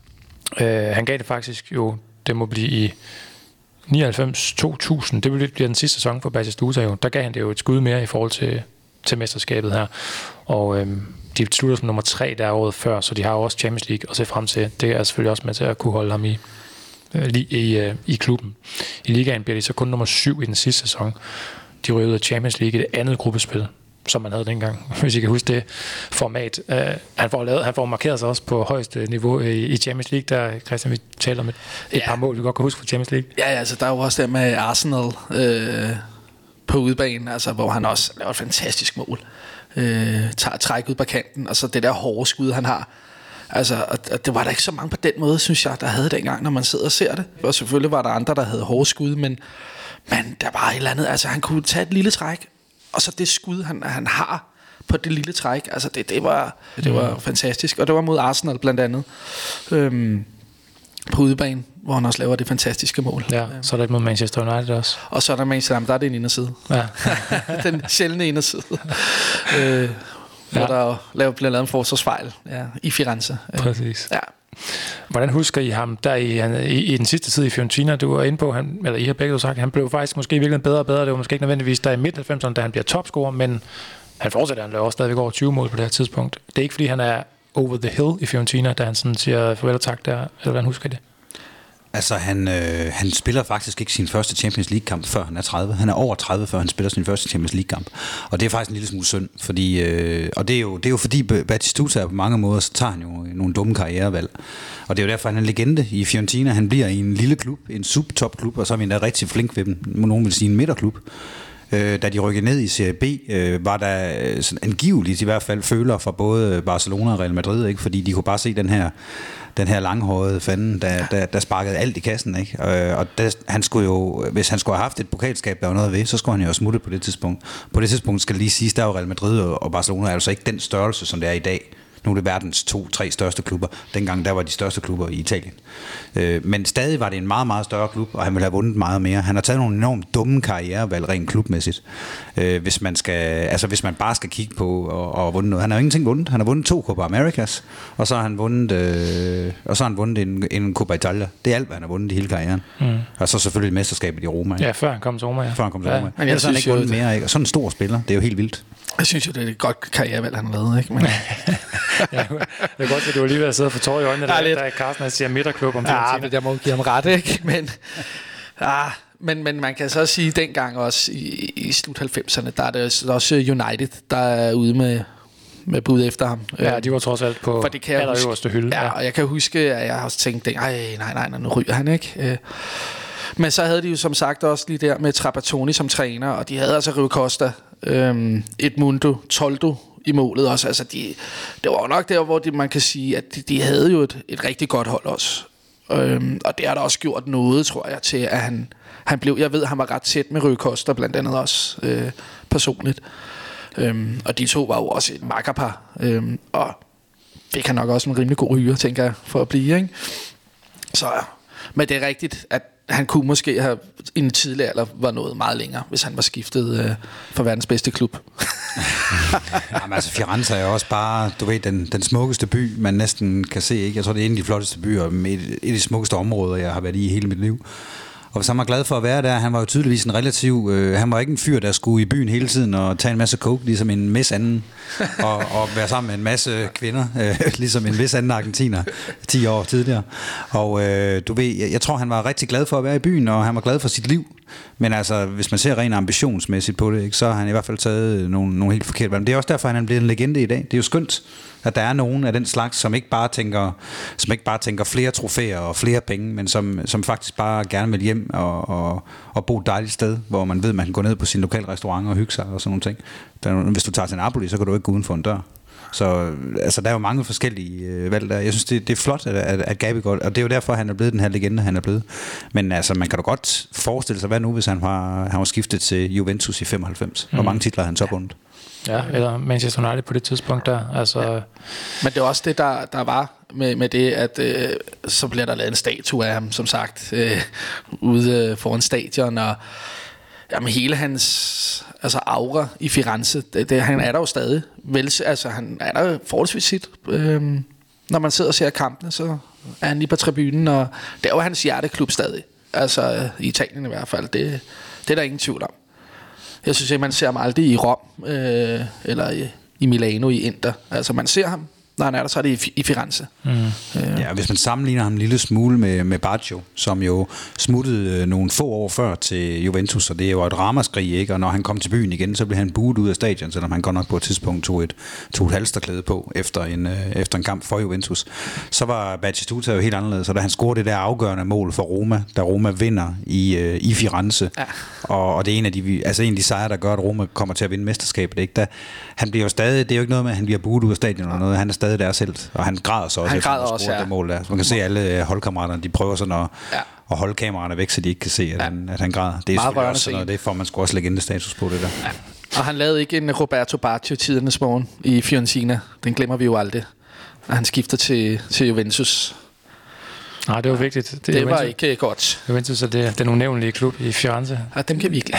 Øh, han gav det faktisk jo, det må blive i nioghalvfems to tusind, det bliver den sidste sæson for Batistuta jo. Der gav han det jo et skud mere i forhold til, til mesterskabet her. Og øhm, de slutter som nummer tre der året før, så de har jo også Champions League at se frem til. Det er selvfølgelig også med til at kunne holde ham i, øh, i, øh, i klubben. I ligaen bliver de så kun nummer syv i den sidste sæson. De ryger ud af Champions League i det andet gruppespil, som man havde dengang, hvis I kan huske det format. Uh, han, får lavet, han får markeret sig også på højeste niveau i, i Champions League, der Christian, vi taler om et, et ja. par mål, vi godt kan huske fra Champions League. Ja, ja, altså der er jo også der med Arsenal øh, på udbanen, altså, hvor han også laver et fantastisk mål. Øh, tager træk ud på kanten, og så det der hårde skud, han har. Altså, og, og det var der ikke så mange på den måde, synes jeg, der havde dengang, når man sidder og ser det. Og selvfølgelig var der andre, der havde hårde skud, men, men der var et eller andet, altså han kunne tage et lille træk, og så det skud, han, han har på det lille træk, altså det, det var, det var mm. fantastisk. Og det var mod Arsenal blandt andet, øhm, på udebanen, hvor han også laver det fantastiske mål. Ja, så er der mod Manchester United også. Og så er der Manchester United, der er det en inderside. Ja. Den sjældne inderside. øh, hvor ja. der lavet, bliver lavet en forsvarsfejl ja, i Firenze. Præcis. Ja. Hvordan husker I ham der i, han, i, i den sidste tid i Fiorentina? Du var inde på, han, eller I har begge sagt, han blev faktisk måske virkelig bedre og bedre. Det var måske ikke nødvendigvis der i midt halvfemserne, da han bliver topscorer, men han fortsætter, han laver også stadigvæk over tyve mål på det her tidspunkt. Det er ikke fordi han er over the hill i Fiorentina, da han sådan siger farvel og tak der, eller hvordan husker I det? Altså, han, øh, han spiller faktisk ikke sin første Champions League-kamp, før han er tredive. Han er over tredive, før han spiller sin første Champions League-kamp. Og det er faktisk en lille smule synd, fordi, øh, og det er, jo, det er jo fordi Batistuta på mange måder, så tager han jo nogle dumme karrierevalg. Og det er jo derfor, han er en legende i Fiorentina. Han bliver i en lille klub, en subtopklub, og så er vi endda rigtig flink ved dem. Nogen vil sige en midterklub. Øh, da de rykkede ned i Serie B, øh, var der sådan angiveligt i hvert fald føler fra både Barcelona og Real Madrid, ikke? Fordi de kunne bare se den her den her langhårede fanden, der, der, der sparkede alt i kassen, ikke? Og der, han skulle jo, hvis han skulle have haft et pokalskab, der var noget ved, så skulle han jo smutte på det tidspunkt. På det tidspunkt skal lige siges, der var Real Madrid og Barcelona er altså ikke den størrelse, som det er i dag. Nu er det verdens to-tre største klubber. Dengang der var de største klubber i Italien. Øh, men stadig var det en meget, meget større klub, og han ville have vundet meget mere. Han har taget nogle enormt dumme karrierevalg rent klubmæssigt. Øh, hvis man skal, altså hvis man bare skal kigge på og, og vundet noget. Han har jo ingenting vundet. Han har vundet to Copa Americas, og så har han vundet, øh, og så har han vundet en, en Copa Italia. Det er alt, hvad han har vundet i hele karrieren. Mm. Og så selvfølgelig mesterskabet i Roma. Ja, før han kom til Roma. Ja. Før han kom til ja. Roma. Men jeg så har han ikke vundet det... mere, ikke? Og sådan en stor spiller, det er jo helt vildt. Jeg synes jo, det er et godt karrierevalg, han har lavet, ikke? Men... ja, jeg kan godt se, at du lige ved at sidde og få tår i øjnene, der, der Carsten siger midterklub om Fiorentina. Ja, men jeg må give ham ret, ikke? Men, ah, men, men man kan så sige, dengang også i, i slut halvfemserne, der er det også United, der er ude med, med bud efter ham. Ja, de var trods alt på allerøverste hylde. Ja, og jeg kan huske, at jeg har også tænkt, nej, nej, nej, nu ryger han, ikke? Men så havde de jo som sagt også lige der med Trapattoni som træner, og de havde altså Rui Costa, øhm, Edmundo, Toldo i målet også. Altså de, det var jo nok der, hvor de, man kan sige, at de, de havde jo et, et rigtig godt hold også. Øhm, og det har der også gjort noget, tror jeg, til at han, han blev, jeg ved, at han var ret tæt med Rui Costa, blandt andet også øh, personligt. Øhm, og de to var jo også et makkerpar, øhm, og det kan nok også en rimelig god ryger, tænker jeg, for at blive, ikke? Så, men det er rigtigt, at han kunne måske have i en tidlig alder var noget meget længere, hvis han var skiftet øh, for verdens bedste klub. Jamen altså, Firenze er jo også bare, du ved, den, den smukkeste by, man næsten kan se, ikke? Jeg tror, det er en af de flotteste byer, med et, et af de smukkeste områder, jeg har været i hele mit liv. Og hvis han var glad for at være der, han var jo tydeligvis en relativ, øh, han var ikke en fyr, der skulle i byen hele tiden og tage en masse coke, ligesom en vis anden, og, og være sammen med en masse kvinder, øh, ligesom en vis anden argentiner, ti år tidligere. Og øh, du ved, jeg, jeg tror, han var rigtig glad for at være i byen, og han var glad for sit liv. Men altså, hvis man ser rent ambitionsmæssigt på det, ikke, så har han i hvert fald taget nogle, nogle helt forkerte valg. Men det er også derfor, han er blevet en legende i dag. Det er jo skønt, at der er nogen af den slags, som ikke bare tænker, som ikke bare tænker flere trofæer og flere penge, men som, som faktisk bare gerne vil hjem og, og, og bo et dejligt sted, hvor man ved, man kan gå ned på sin lokale restaurant og hygge sig og sådan nogle ting. Der, hvis du tager til Napoli, så kan du ikke gå uden for en dør. Så altså, der er jo mange forskellige øh, valg der. Jeg synes, det, det er flot, at, at, at Gabi går, og det er jo derfor, han er blevet den her legende, han er blevet. Men altså, man kan da godt forestille sig, hvad nu, hvis han var, han var skiftet til Juventus i femoghalvfems. Hvor mange titler har han så bundet? Ja, eller Manchester United på det tidspunkt der. Altså. Ja. Men det er også det, der, der var med, med det, at øh, så bliver der lavet en statue af ham, som sagt, øh, ude foran stadion, og jamen, hele hans altså aura i Firenze, det, det, han er der jo stadig. Vel, altså, han er der forholdsvis sit. Øhm, når man sidder og ser kampene, så er han lige på tribunen, og det er jo hans hjerteklub stadig. Altså i Italien i hvert fald. Det, det er der ingen tvivl om. Jeg synes ikke, man ser ham aldrig i Rom, øh, eller i, i Milano, i Inter. Altså man ser ham, når han er der, så er det i, i Firenze. Mm. Øh. Ja, hvis man sammenligner ham en lille smule med, med Baggio, som jo smuttede nogle få år før til Juventus, og det er jo et ramaskrig, ikke? Og når han kom til byen igen, så blev han buet ud af stadion, selvom han godt nok på et tidspunkt tog et, tog et halsterklæde på efter en, øh, efter en kamp for Juventus. Så var Batistuta jo helt anderledes, så da han scorede det der afgørende mål for Roma, da Roma vinder i, øh, i Firenze, ja. og, og det er en af de, altså en af de sejre, der gør, at Roma kommer til at vinde mesterskabet, ikke? Da, han bliver jo stadig, det er jo ikke noget med, at han bliver buet ud af stadion eller noget, han er stadig der selv, og han græder så også han efter græder at også, score ja. det mål der. Så man kan se alle holdkammeraterne, de prøver sådan at, ja. at holde kameraerne væk, så de ikke kan se, at, ja. han, at han græder. Det er selvfølgelig også sådan noget, det får man sgu også legendestatus på det der. Ja. Og han lavede ikke en Roberto Baggio tidernes morgen i Fiorentina. Den glemmer vi jo aldrig. Og han skifter til, til Juventus. Nej, det var vigtigt. Det, det var ikke godt. Juventus er det, den unævnlige klub i Firenze. Ja, dem kan vi ikke.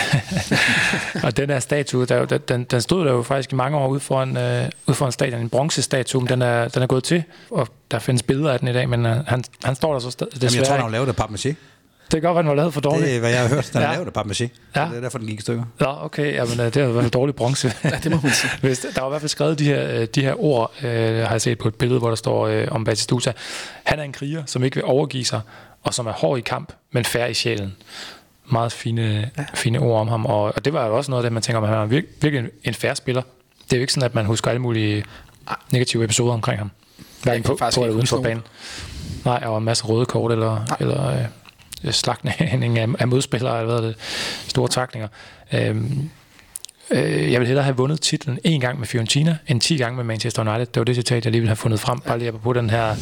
Og den der statue, der, den, den stod der jo faktisk i mange år ude foran, øh, ude foran stadion. En bronzestatue, men den er, den er gået til, og der findes billeder af den i dag, men øh, han, han står der så stadig. Jamen, jeg tror, han har lavet af papmaché. Det kan godt være, den var lavet for dårligt. Det er, hvad jeg har hørt. Den er ja. lavet af papmaché. Ja. Det er derfor, den gik i stykker. Ja, okay. Jamen, det har været dårlig bronze. Ja, det må man sige. Hvis, der var i hvert fald skrevet de her, de her ord, øh, har jeg set på et billede, hvor der står øh, om Batistuta. Han er en kriger, som ikke vil overgive sig, og som er hård i kamp, men fair i sjælen. Meget fine, ja. fine ord om ham. Og, og det var jo også noget af det, man tænker, at han er virkelig, virkelig en fair spiller. Det er jo ikke sådan, at man husker alle mulige negative episoder omkring ham. Hverken på, på eller uden for banen. Nej, og en masse røde kort, eller... eller øh, slagtning af, af modspillere, eller hvad det, store taklinger. Øhm, øh, jeg vil hellere have vundet titlen en gang med Fiorentina, end ti gange med Manchester United. Det var det citat, jeg lige ville have fundet frem, bare lige på den her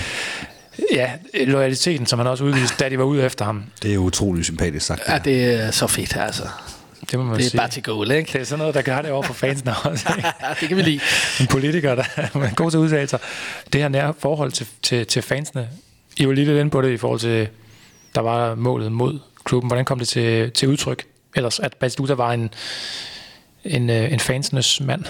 ja, loyaliteten, som han også udviste, da de var ude efter ham. Det er jo utroligt sympatisk sagt. Ja, det er så fedt, altså. Det, må man det er sige. bare til goal, ikke? Det er sådan noget, der gør det over for fansene også. Ja, det kan vi lide. En politiker, der er god til udtalelser. Det her nære forhold til, til, til fansene, I var lige lidt inde på det i forhold til der var målet mod klubben. Hvordan kom det til, til udtryk? Ellers, at Batistuta var en, en, en fansenes mand?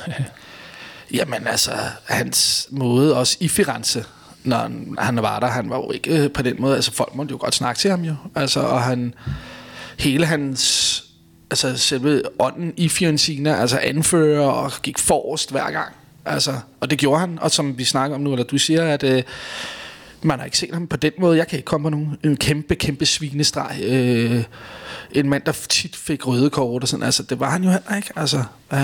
Jamen altså, hans måde også i Firenze, når han var der, han var jo ikke på den måde, altså folk måtte jo godt snakke til ham jo. Altså, og han, hele hans, altså selve ånden i Fiorentina, altså anfører og gik forrest hver gang. Altså, og det gjorde han, og som vi snakker om nu, eller du siger, at øh, man har ikke set ham på den måde. Jeg kan ikke komme på nogen en kæmpe, kæmpe svinestreg. Øh, en mand, der tit fik røde kort og sådan. Altså, det var han jo heller ikke. Altså, øh,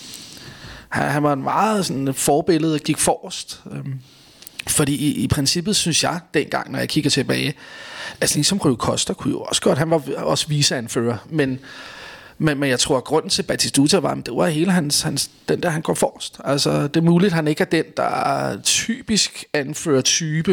han, han var en meget sådan forbillede og gik forrest. Øh, fordi i, i princippet synes jeg, dengang, når jeg kigger tilbage, altså ligesom Rui Costa kunne jo også godt, han var også viceanfører, men Men, men jeg tror, at grunden til Batistuta var, det var hele hans, hans, den der, han går forrest. Altså, det er muligt, at han ikke er den, der er typisk anfører type,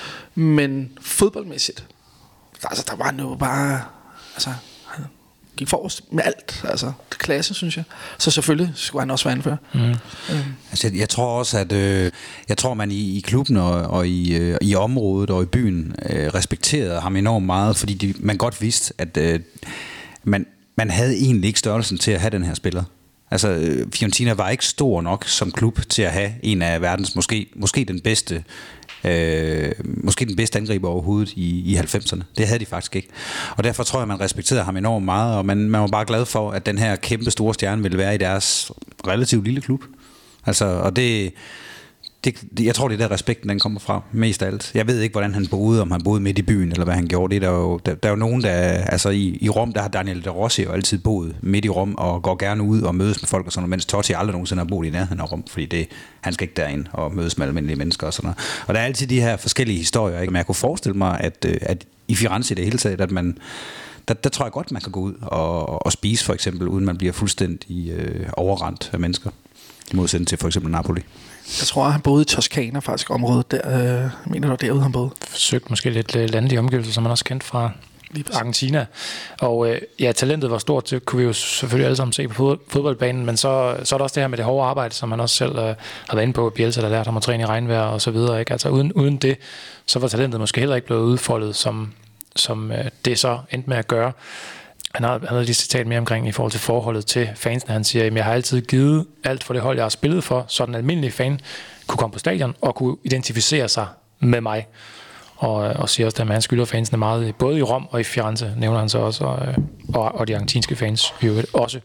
men fodboldmæssigt, altså, der var han jo bare, altså, han gik forrest med alt, altså, det klasse, synes jeg. Så selvfølgelig skulle han også være anfører. Mm. Mm. Altså, jeg, jeg tror også, at øh, jeg tror, man i, i klubben og, og i, øh, i området og i byen øh, respekterede ham enormt meget, fordi de, man godt vidste, at øh, man Man havde egentlig ikke størrelsen til at have den her spiller. Altså, Fiorentina var ikke stor nok som klub til at have en af verdens, måske, måske den bedste øh, måske den bedste angriber overhovedet i, i halvfemserne. Det havde de faktisk ikke. Og derfor tror jeg, man respekterede ham enormt meget, og man, man var bare glad for, at den her kæmpe store stjerne ville være i deres relativt lille klub. Altså, og det... Det, jeg tror, det er der respekten, den kommer fra, mest af alt. Jeg ved ikke, hvordan han boede, om han boede midt i byen, eller hvad han gjorde. Det er der, jo, der, der er jo nogen, der... Altså i, i Rom, der har Daniel De Rossi jo altid boet midt i Rom, og går gerne ud og mødes med folk og sådan noget, mens Totti aldrig nogensinde har boet i nærheden af Rom, fordi det, han skal ikke derind og mødes med almindelige mennesker og sådan noget. Og der er altid de her forskellige historier, ikke? Men jeg kunne forestille mig, at, at i Firenze i det hele taget, at man... Der, der tror jeg godt, man kan gå ud og, og spise, for eksempel, uden man bliver fuldstændig øh, overrendt af mennesker. I modsætning til for eksempel Napoli. Jeg tror, han boede i Toskana, faktisk, området der. Øh, jeg mener, det var derude, han boede. Forsøgt måske lidt landlige omgivelser, som man også kendt fra Argentina. Og øh, ja, talentet var stort, det kunne vi jo selvfølgelig alle sammen se på fodboldbanen, men så, så er der også det her med det hårde arbejde, som man også selv øh, har været inde på. Bielsa, der lærte ham at træne i regnvejr og så videre. Ikke? Altså uden, uden det, så var talentet måske heller ikke blevet udfoldet, som, som øh, det så endte med at gøre. Han har, han har lige citat mere omkring i forhold til forholdet til fansene. Han siger, at jeg har altid givet alt for det hold, jeg har spillet for, så den almindelige fan kunne komme på stadion og kunne identificere sig med mig. Og, og siger også, at han skylder fansene meget, både i Rom og i Firenze, nævner han så også, og, og, og de argentinske fans i øvrigt også.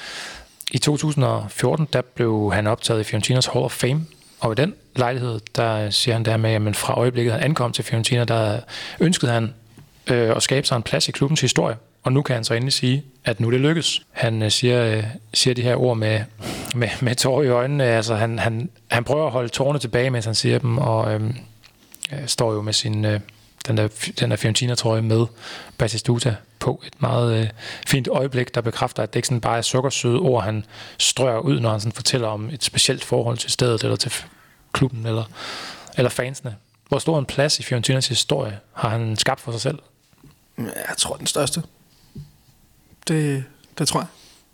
I to tusind og fjorten, der blev han optaget i Fiorentinas Hall of Fame, og i den lejlighed, der siger han der med, at fra øjeblikket han ankom til Fiorentina, der ønskede han øh, at skabe sig en plads i klubbens historie. Og nu kan han så endelig sige, at nu det lykkes. Han øh, siger, øh, siger de her ord med, med, med tårer i øjnene. Altså, han, han, han prøver at holde tårerne tilbage, mens han siger dem, og øh, øh, står jo med sin, øh, den der, den der Fiorentina-trøje med Batistuta på. Et meget øh, fint øjeblik, der bekræfter, at det ikke sådan bare er sukkersøde ord, han strøger ud, når han sådan fortæller om et specielt forhold til stedet, eller til klubben, eller, eller fansene. Hvor stor en plads i Fiorentinas historie har han skabt for sig selv? Jeg tror, den største. Det, det tror jeg.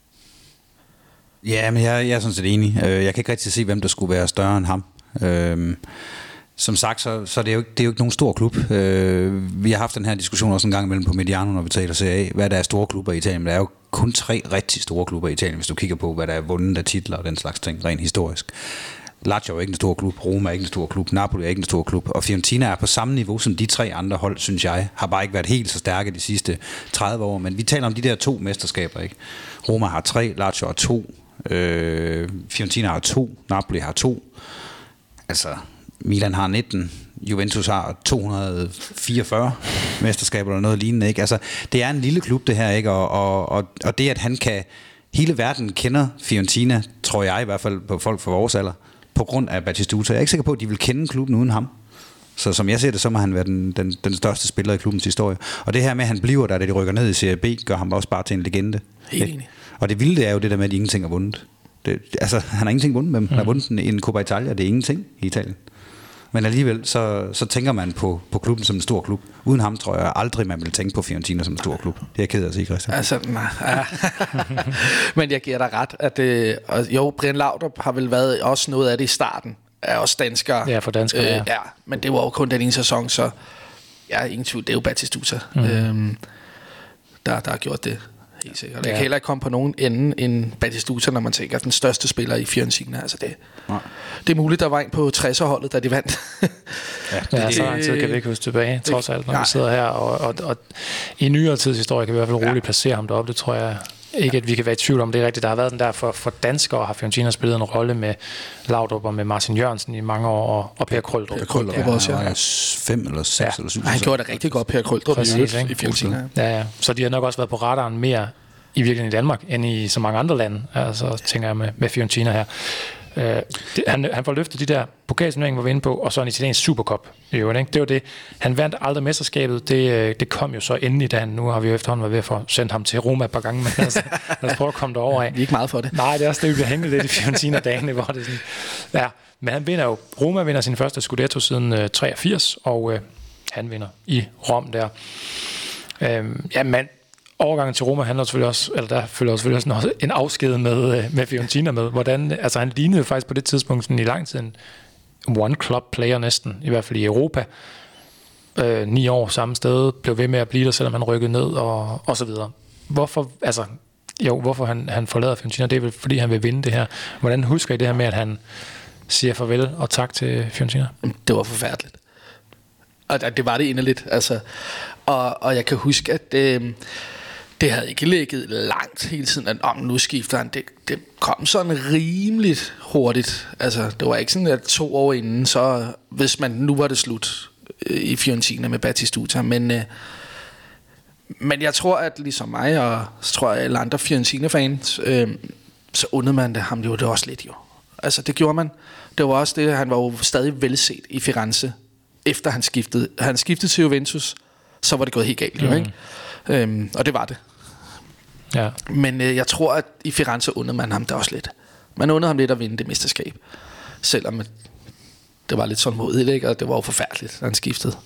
Ja, men jeg, jeg er sådan set enig. Jeg kan ikke rigtig se, hvem der skulle være større end ham. Øhm, som sagt, så, så er det, jo ikke, det er jo ikke nogen stor klub. Øh, vi har haft den her diskussion også en gang imellem på Mediano, når vi taler C A, hvad der er store klubber i Italien. Men der er jo kun tre rigtig store klubber i Italien, hvis du kigger på, hvad der er vundet af titler og den slags ting, rent historisk. Lazio er ikke en stor klub, Roma er ikke en stor klub, Napoli er ikke en stor klub, og Fiorentina er på samme niveau som de tre andre hold, synes jeg, har bare ikke været helt så stærke de sidste tredive år, men vi taler om de der to mesterskaber, ikke? Roma har tre, Lazio har to, øh, Fiorentina har to, Napoli har to, altså Milan har nitten, Juventus har to hundrede fireogfyrre mesterskaber eller noget lignende, ikke? Altså, det er en lille klub det her, ikke? Og, og, og, og det at han kan, hele verden kender Fiorentina, tror jeg i hvert fald på folk fra vores alder, på grund af Batistuta. Jeg er ikke sikker på, at de vil kende klubben uden ham. Så som jeg ser det, så må han være den, den, den største spiller i klubbens historie. Og det her med, at han bliver der, da de rykker ned i Serie B, gør ham også bare til en legende. Helt enig. Og det vilde er jo det der med, at de ingenting har vundet. Det, altså, han har ingenting vundet med dem. Han har vundet en, en Coppa Italia, det er ingenting i Italien. Men alligevel, så, så tænker man på, på klubben som en stor klub. Uden ham tror jeg aldrig, man vil tænke på Fiorentina som en stor klub. Det er jeg ked af at sige, Christian. Altså, nej. Ja. Men jeg giver dig ret, at det, jo, Brian Laudrup har vel været også noget af det i starten. Er også danskere. Ja, for danskere, øh, ja. ja. Men det var jo kun den ene sæson, så jeg er ingen tvivl, det er jo Batistuta, mm. øhm, der, der har gjort det. Helt sikkert. Ja. Jeg kan heller ikke komme på nogen ende end Batistuta, når man tænker den største spiller i Fiorentina. Altså det, det er muligt, der var en på tresser-holdet, da de vandt. ja, det, ja, så lang tid kan vi ikke huske tilbage, trods alt, når nej. vi sidder her. Og, og, og i nyere tids historie kan vi i hvert fald roligt ja. placere ham deroppe. Det tror jeg ikke, at vi kan være i tvivl om. Det er rigtigt. Der har været den der for, for danskere, har Fiorentina spillet en rolle med Laudrup og med Martin Jørgensen i mange år, og, og Per Krøldrup. Per Krøldrup ja, også, ja. Han var fem eller seks ja. eller syv. Han gjorde det rigtig godt, Per Krøldrup, i, i Fiorentina. Ja, ja. Så de har nok også været på radaren mere i virkeligheden i Danmark, end i så mange andre lande. Altså, tænker jeg med, med Fiorentina her. Uh, det, han, han får løftet de der pokalturneringer, var vi inde på, og så en italiensk Supercup. Jo, ikke? Det var det. Han vandt aldrig mesterskabet. Det, det kom jo så endelig, da han, nu har vi jo efterhånden været ved at få sendt ham til Roma et par gange, men lad os, lad os prøve at komme derover af. Vi er ikke meget for det. Nej, det er også det, vi bliver hængt lidt i Fiorentina-dagene, hvor det sådan, ja, men han vinder jo, Roma vinder sin første Scudetto siden uh, treogfirs, og uh, han vinder i Rom der. Uh, ja, men overgangen til Roma handler selvfølgelig også, eller der følger selvfølgelig også en afsked med, med Fiorentina med, hvordan, altså han lignede faktisk på det tidspunkt sådan i lang tid en one club player næsten, i hvert fald i Europa. Øh, ni år samme sted, blev ved med at blive der, selvom han rykkede ned og, og så videre. Hvorfor, altså, jo, hvorfor han, han forlader Fiorentina, det er vel fordi han vil vinde det her. Hvordan husker I det her med, at han siger farvel og tak til Fiorentina? Det var forfærdeligt. Og det var det inderligt. Altså. Og, og jeg kan huske, at øh, det havde ikke ligget langt hele tiden, at om nu skifter han. Det, det kom sådan rimeligt hurtigt. Altså, det var ikke sådan, at to år inden, så hvis man nu var det slut øh, i Fiorentina med Batistuta. Men, øh, men jeg tror, at ligesom mig, og så tror jeg alle andre Fiorentina-fans, øh, så undede man det ham jo det også lidt jo. Altså, det gjorde man. Det var også det, han var jo stadig velset i Firenze, efter han skiftede. Han skiftede til Juventus, så var det gået helt galt, jo, mm. ikke? Øhm, og det var det. Ja. Men øh, jeg tror, at i Firenze undede man ham det også lidt. Man undede ham lidt at vinde det mesterskab. Selvom det var lidt sådan modigt, ikke? Og det var jo forfærdeligt, da han skiftede.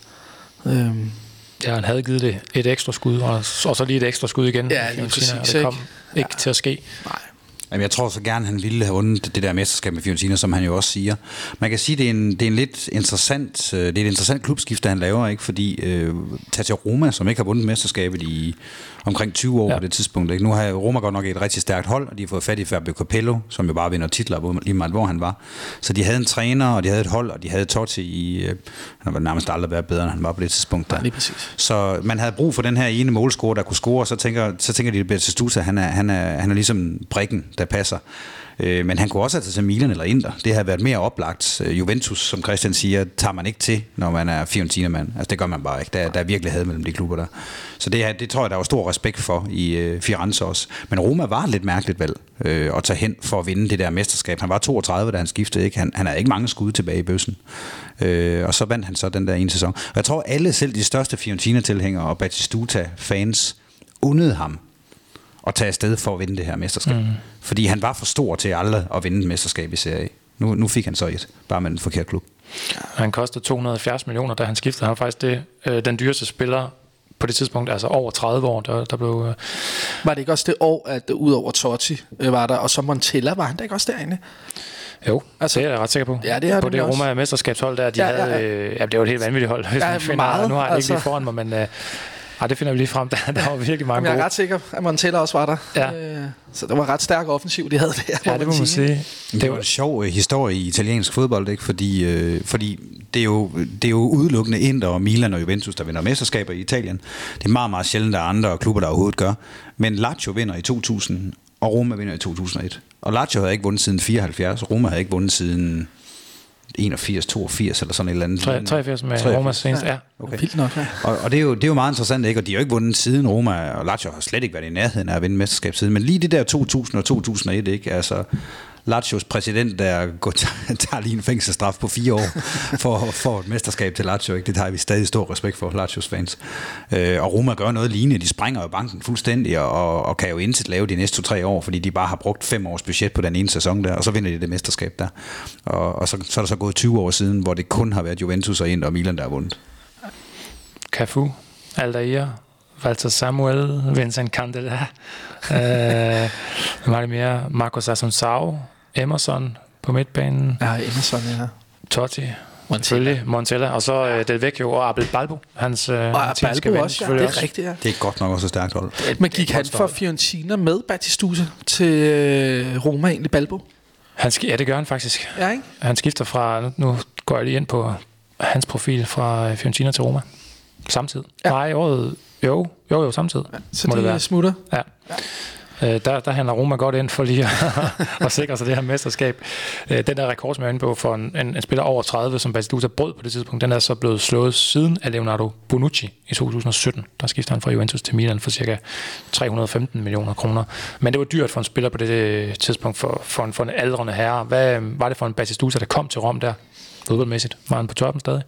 Øhm. Ja, han havde givet det et ekstra skud, og, og så lige et ekstra skud igen. Ja, lige præcis, og det kom ikke, ikke ja. til at ske. Nej. Jamen, jeg tror så gerne, han ville have vundet det der mesterskab med Fiorentina, som han jo også siger. Man kan sige, det er en, det er en lidt interessant, det er et interessant klubskifte, han laver, ikke? Fordi øh, tag til Roma, som ikke har vundet mesterskabet i omkring tyve år ja. på det tidspunkt. Ikke? Nu har Roma godt nok et rigtig stærkt hold, og de har fået fat i Fabio Capello, som jo bare vinder titler, lige meget hvor han var. Så de havde en træner, og de havde et hold, og de havde Totti i... Øh, han var nærmest aldrig været bedre, end han var på det tidspunkt. Der. Ja, lige præcis. Så man havde brug for den her ene målscorer, der kunne score, og så tænker, så tænker de, at Batistuta, han er, han er, han er ligesom brikken, der passer. Øh, men han kunne også have taget til Milan eller Inter. Det havde været mere oplagt. Juventus, som Christian siger, tager man ikke til, når man er Fiorentina-mand. Altså det gør man bare ikke. Der, der er virkelig had mellem de klubber der. Så det, det tror jeg, der var stor respekt for i øh, Firenze også. Men Roma var lidt mærkeligt valg øh, at tage hen for at vinde det der mesterskab. Han var toogtredive, da han skiftede. Ikke? Han, han havde ikke mange skud tilbage i bøssen. Øh, og så vandt han så den der ene sæson. Og jeg tror, alle, selv de største Fiorentina-tilhængere og Batistuta-fans, undede ham og tage afsted for at vinde det her mesterskab. Mm. Fordi han var for stor til aldrig at vinde et mesterskab i Serie A. Nu, nu fik han så et, bare med en forkert klub. Han kostede to hundrede og halvfjerds millioner, da han skiftede. Han var faktisk det, øh, den dyreste spiller på det tidspunkt, altså over tredive år, der, der blev... Øh... Var det ikke også det år, at ud over Totti øh, var der, og så Montella, var han da ikke også derinde? Jo, altså, det er jeg ret sikker på. Ja, det er på det Roma mesterskabshold der, de ja, ja, ja. havde... Øh, ja, det var et helt vanvittigt hold, hvis ja, man finder, meget, nu har jeg altså... ikke lige foran mig, men... Øh, Ej, det finder vi lige frem. Der, der var virkelig mange gode. Jeg er ret sikker, at Montella også var der. Ja. Øh, så det var ret stærk offensiv, de havde der. Ja, det må man sige. Det, det var en sjov uh, historie i italiensk fodbold, ikke? Fordi, øh, fordi det, er jo, det er jo udelukkende Inter og Milan og Juventus, der vinder mesterskaber i Italien. Det er meget, meget sjældent, der er andre klubber, der overhovedet gør. Men Lazio vinder i to tusind, og Roma vinder i to tusind og et. Og Lazio havde ikke vundet siden fireoghalvfjerds, og Roma havde ikke vundet siden... enogfirs, toogfirs eller sådan et eller andet. treogfirs med Romas senest, ja. Okay. Vildt nok, ja. Og, og det, er jo, det er jo meget interessant, ikke? Og de har jo ikke vundet siden. Roma og Lazio har slet ikke været i nærheden af at vinde mesterskab siden. Men lige det der to tusind og to tusind og et, ikke? Altså, Lazios præsident, der går, tager lige en fængselsstraf på fire år for, for et mesterskab til Lazio, ikke? Det har vi stadig stor respekt for, Lazios fans. Øh, og Roma gør noget lignende. De springer jo banken fuldstændig, og, og kan jo intet lave de næste to-tre år, fordi de bare har brugt fem års budget på den ene sæson der, og så vinder de det mesterskab der. Og, og så, så er der så gået tyve år siden, hvor det kun har været Juventus og Inter og Milan, der har vundet. Cafu, Aldair, Walter Samuel, Vincent Candela, øh, var det mere Marcos Assunção, Emerson på midtbanen. Ja, Emerson, ja. Totti, Montella, Montella, og så uh, Del Vecchio og Abel Balbo. Hans, uh, og Balbo ven, også, ja, det er også. Rigtigt, ja. Det er godt nok også et stærkt hold. Men gik han for Fiorentina med Batistuta til uh, Roma egentlig, Balbo? Han, ja, det gør han faktisk. Ja, ikke? Han skifter fra, nu, nu går jeg lige ind på hans profil fra Fiorentina til Roma. Samtidig. Ja. Nej, året, jo, jo, jo, samtidig. Ja, så det er smutter? Ja. ja. Øh, der, der handler Roma godt ind for lige at, at sikre sig det her mesterskab. Øh, den der rekord, som jeg er inde på for en, en, en spiller over tredive, som Batistuta brød på det tidspunkt, den er så blevet slået siden af Leonardo Bonucci i to tusind og sytten. Der skifter han fra Juventus til Milan for cirka tre hundrede og femten millioner kroner. Men det var dyrt for en spiller på det tidspunkt for, for, en, for en aldrende herre. Hvad var det for en Batistuta, der kom til Rom der? Fodboldmæssigt. Var han på toppen stadig?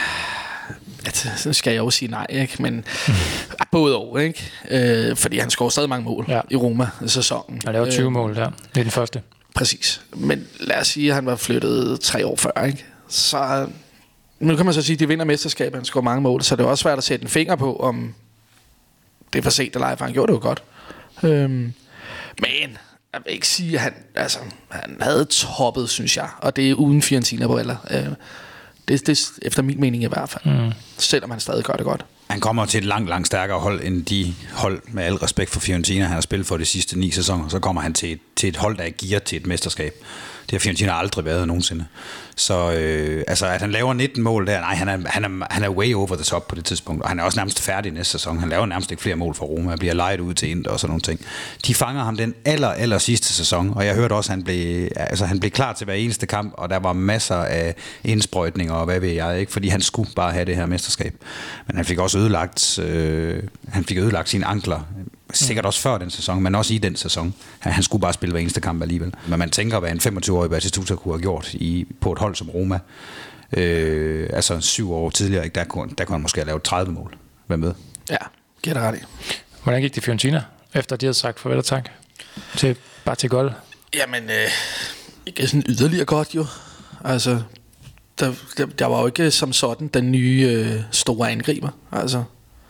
Altså, så skal jeg jo sige nej, ikke? Men mm. både år, ikke? Øh, fordi han scorede stadig mange mål ja. i Roma-sæsonen. Han lavede tyve øh, mål der. Det er den første. Præcis. Men lad os sige, at han var flyttet tre år før, ikke? Så nu kan man så sige, at de vinder mesterskabet, han scorer mange mål, så det er også svært at sætte en finger på, om det er for sent eller ej, for han gjorde det jo godt. Øhm, men jeg vil ikke sige, at han, altså, han havde toppet, synes jeg, og det er uden Fiorentina-briller. Øh, Det, det efter min mening i hvert fald. Mm. Selvom han stadig gør det godt. Han kommer til et langt, langt stærkere hold, end de hold, med al respekt for Fiorentina, han har spillet for de sidste ni sæsoner. Så kommer han til et, til et hold, der er gearet til et mesterskab. Det har Fiorentina aldrig været nogensinde. Så øh, altså, at han laver nitten mål der, nej, han er, han, er, han er way over the top på det tidspunkt. Og han er også nærmest færdig næste sæson. Han laver nærmest ikke flere mål for Roma, bliver lejet ud til Inter og sådan nogle ting. De fanger ham den aller, aller sidste sæson, og jeg hørte også, at han blev, altså, han blev klar til hver eneste kamp, og der var masser af indsprøjtninger og hvad ved jeg, ikke? Fordi han skulle bare have det her mesterskab. Men han fik også ødelagt, øh, han fik ødelagt sine ankler, sikkert også før den sæson, men også i den sæson. Han, han skulle bare spille hver eneste kamp alligevel. Men man tænker, hvad en femogtyve-årig Batistuta kunne have gjort i, på et hold som Roma. Øh, altså syv år tidligere, ikke? Der, kunne, der kunne han måske have lavet tredive mål. Hvad med? Ja, giver det ret i. Hvordan gik det Fiorentina, efter de havde sagt farvel og tak til Batigol? Jamen, øh, ikke sådan yderligere godt jo. Altså, der, der, der var jo ikke som sådan den nye øh, store angriber. Altså,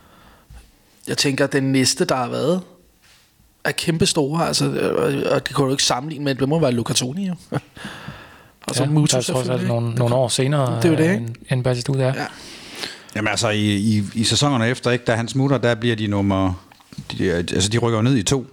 jeg tænker, at den næste, der har været, er kæmpe store. Altså, og det kunne du ikke sammenligne med, det må være Luca Toni jo. Og så ja, Mutu der er trods nogle, nogle år senere, det er det, end, end Batistuta er. Ja. Jamen altså, i, i, i sæsonerne efter, ikke, da han smutter, der bliver de nummer... De, altså, de rykker ned i to.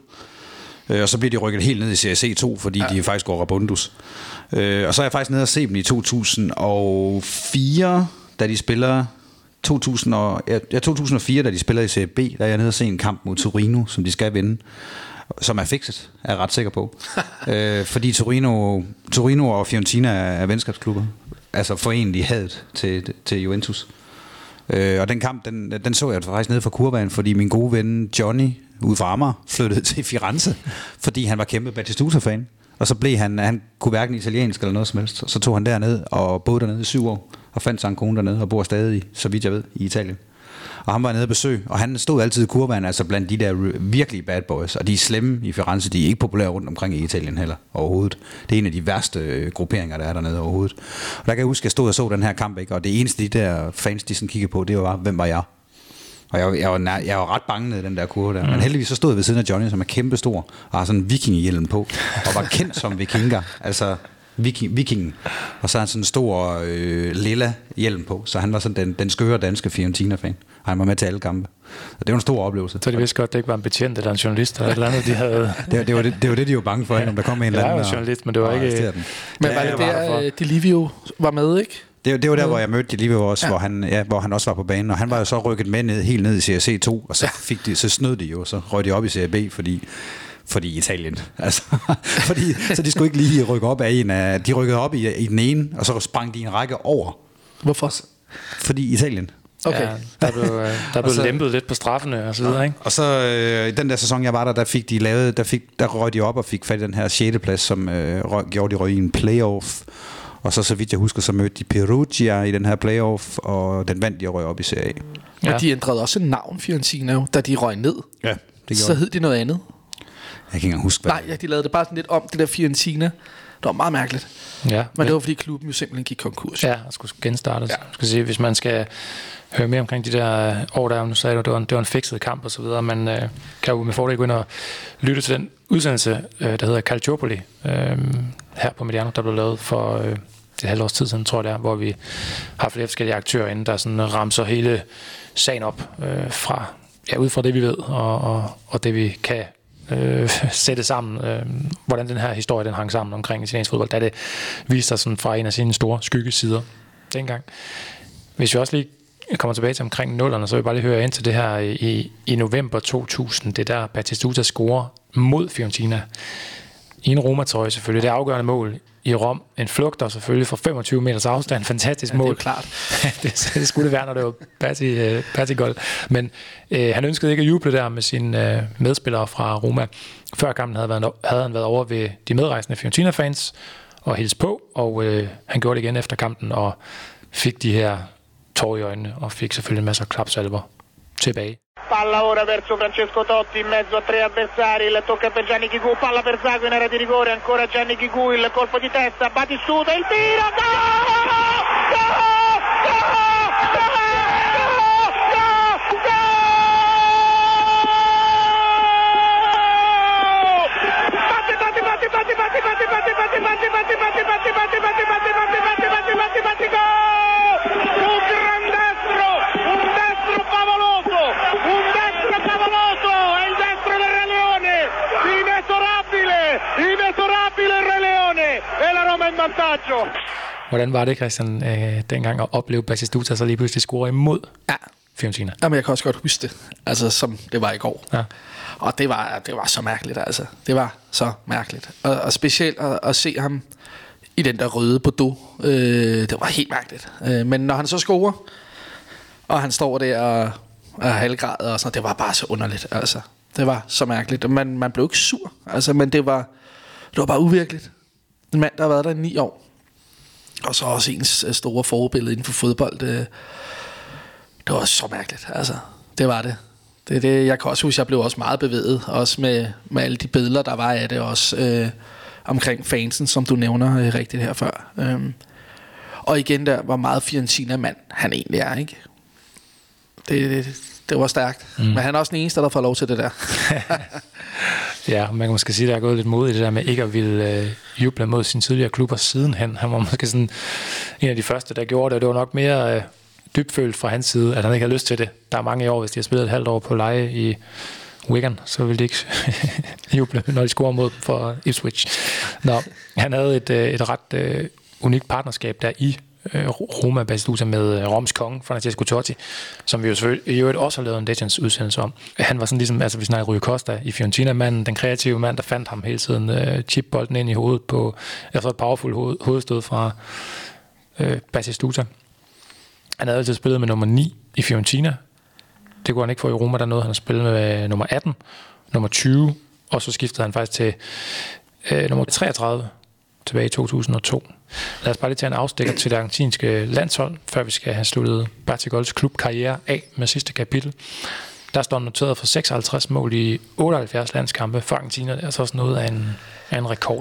Øh, og så bliver de rykket helt ned i Serie C to, fordi ja. de faktisk går Rabundus. Øh, og så er jeg faktisk nede og se dem i to tusind og fire, da de spiller... to tusind og, ja, to tusind og fire, da de spiller i Serie B, der er jeg nede og se en kamp mod Torino, som de skal vinde, som er fikset, er jeg ret sikker på. øh, fordi Torino, Torino og Fiorentina er venskabsklubber, altså forenlige hadet til, til Juventus. Øh, og den kamp, den, den så jeg faktisk nede fra kurven, fordi min gode ven Johnny, ude fra Amager, flyttede til Firenze, fordi han var kæmpe Batistuta-fan. Og så blev han, han kunne hverken italiensk eller noget som helst. Så tog han derned og boede dernede i syv år, og fandt sig en kone dernede, og bor stadig, så vidt jeg ved, i Italien. Og han var nede og besøg, og han stod altid i kurven, altså blandt de der virkelig bad boys, og de er slemme i Firenze, de er ikke populære rundt omkring i Italien heller, overhovedet. Det er en af de værste grupperinger, der er dernede overhovedet. Og der kan jeg huske, at jeg stod og så den her kamp, ikke? Og det eneste, de der fans, de sådan kiggede på, det var, hvem var jeg? Og jeg, jeg, var, nær, jeg var ret bange ned i den der kurve der. Mm. Men heldigvis så stod jeg ved siden af Johnny, som er kæmpestor, og har sådan en vikingehjelm på, og var kendt som vikinger, altså viking, vikingen. Og så har han sådan en stor øh, lilla hjelm på, så han var sådan den, den skøre danske Fiorentina-fan. Og han var med til alle kampe. Og det var en stor oplevelse. Så de vidste godt, det ikke var en betjent eller en journalist eller et eller andet, de havde... det, det, var det, det var det, de var bange for, ja. Om der kom en eller anden. Jeg var journalist, men det var ikke... Men var det der, Delivio var med, ikke? Det, det var der, hvor jeg mødte Delivio også, ja. hvor, han, ja, hvor han også var på banen. Og han var jo så rykket med ned, helt ned i Serie C to, og så, fik de, så snød de jo, så røg de op i Serie B, fordi... Fordi Italien, altså, fordi, så de skulle ikke lige rykke op af en af, de rykkede op i, i den ene, og så sprang de en række over. Hvorfor? Fordi Italien. Okay. Ja, der blev, der blev så, lempet lidt på straffene og så videre, ikke? Og så øh, den der sæson, jeg var der, der fik de lavet, der, fik, der røg de op og fik fat i den her sjette plads, som øh, røg, gjorde de røg i en playoff. Og så, så vidt jeg husker, så mødte de Perugia i den her playoff, og den vandt de og røg op i Serie A. Ja. Og de ændrede også navn, Fiorentina, da de røg ned. Ja, det gjorde så hed de noget andet. Jeg kan ikke engang huske, hvad. Nej, ja, de lavede det bare sådan lidt om, det der Fiorentina. Det var meget mærkeligt. Ja, men det var fordi klubben jo simpelthen gik konkurs. Ja, og skulle genstartes. Ja. Skal sige, hvis man skal høre mere omkring de der år, der nu sagde du, det var en, det var en fikset kamp og så videre. Man øh, kan jo med fordel gå ind og lytte til den udsendelse, øh, der hedder Calciopoli, øh, her på Mediano, der blev lavet for øh, et halvt års tid siden, tror jeg det er, hvor vi har flere forskellige aktører inde, der sådan ramser hele sagen op øh, fra, ja, ud fra det, vi ved, og, og, og det, vi kan Øh, sætte sammen, øh, hvordan den her historie den hang sammen omkring italiensk fodbold, da det viste sig sådan fra en af sine store skyggesider dengang. Hvis vi også lige kommer tilbage til omkring nullerne, så vil jeg bare lige høre ind til det her i, i november to tusind, det der Batistuta scorer mod Fiorentina i en Roma-trøje selvfølgelig, det afgørende mål i Rom, en flugter selvfølgelig fra femogtyve meters afstand, fantastisk mål. Ja, det er klart. det, det skulle det være, når det var Bati, Batigol. Men øh, han ønskede ikke at juble der med sine øh, medspillere fra Roma. Før kampen havde, været, havde han været over ved de medrejsende Fiorentina-fans og hilse på, og øh, han gjorde det igen efter kampen og fik de her tårer i øjnene og fik selvfølgelig en masse klapsalver tilbage. Palla ora verso Francesco Totti in mezzo a tre avversari, il tocca per Gianni Chigù, palla per Zago in area di rigore, ancora Gianni Chigù, il colpo di testa, Batistuta, il tiro, gol! Un grandestro, un destro favoloso. in vantaggio. Hvordan var det, Christian, øh, dengang at opleve Batistuta så lige pludselig score imod Ja. Fiorentina? Jamen, jeg kan også godt huske det, altså som det var i går. Ja. Og det var, det var så mærkeligt, altså. Det var så mærkeligt. Og, og specielt at, at se ham i den der røde Bordeaux, øh, det var helt mærkeligt. Øh, men når han så scorer, og han står der og er halvgrader og sådan, det var bare så underligt, altså. Det var så mærkeligt. Man, man blev ikke sur, altså, men det var, det var bare uvirkeligt. En mand, der har været der i ni år. Og så også ens store forbillede inden for fodbold. Det, det var så mærkeligt, altså. Det var det. Det, det. Jeg kan også huske, jeg blev også meget bevæget, også med, med alle de billeder, der var af det, også øh, omkring fansen, som du nævner øh, rigtigt her før. Øhm. Og igen der, hvor meget Fiorentina-mand han egentlig er, ikke? Det, det, det var stærkt. Mm. Men han er også den eneste, der får lov til det der. Ja, man kan måske sige, at der er gået lidt mod i det der med ikke at ville øh, juble mod sine tidligere klubber sidenhen. Han var måske sådan en af de første, der gjorde det. Det var nok mere øh, dybfølt fra hans side, at han ikke havde lyst til det. Der er mange i år, hvis de har spillet et halvt år på leje i Wigan, så ville de ikke juble, når de scorer mod dem for Ipswich. Nå, han havde et, øh, et ret øh, unikt partnerskab der i Roma Batistuta med Roms konge, Francesco Totti, som vi jo selvfølgelig i øvrigt også har lavet en Legends udsendelse om. Han var sådan ligesom, altså vi snakker Rui Costa i Fiorentina, manden, den kreative mand, der fandt ham hele tiden, uh, chipbolden ind i hovedet på, efter et powerful hoved, hovedstød fra uh, Batistuta. Han havde altid spillet med nummer ni i Fiorentina. Det kunne han ikke få i Roma, der nåede han at spille med uh, nummer atten, nummer tyve, og så skiftede han faktisk til uh, nummer treogtredive tilbage i to tusind og to. Lad os bare lige tage en afstikker til det argentinske landshold, før vi skal have sluttet Batigols klubkarriere af med sidste kapitel. Der står noteret for seksoghalvtreds mål i otteoghalvfjerds landskampe for Argentina. Det er altså også noget af en, af en rekord.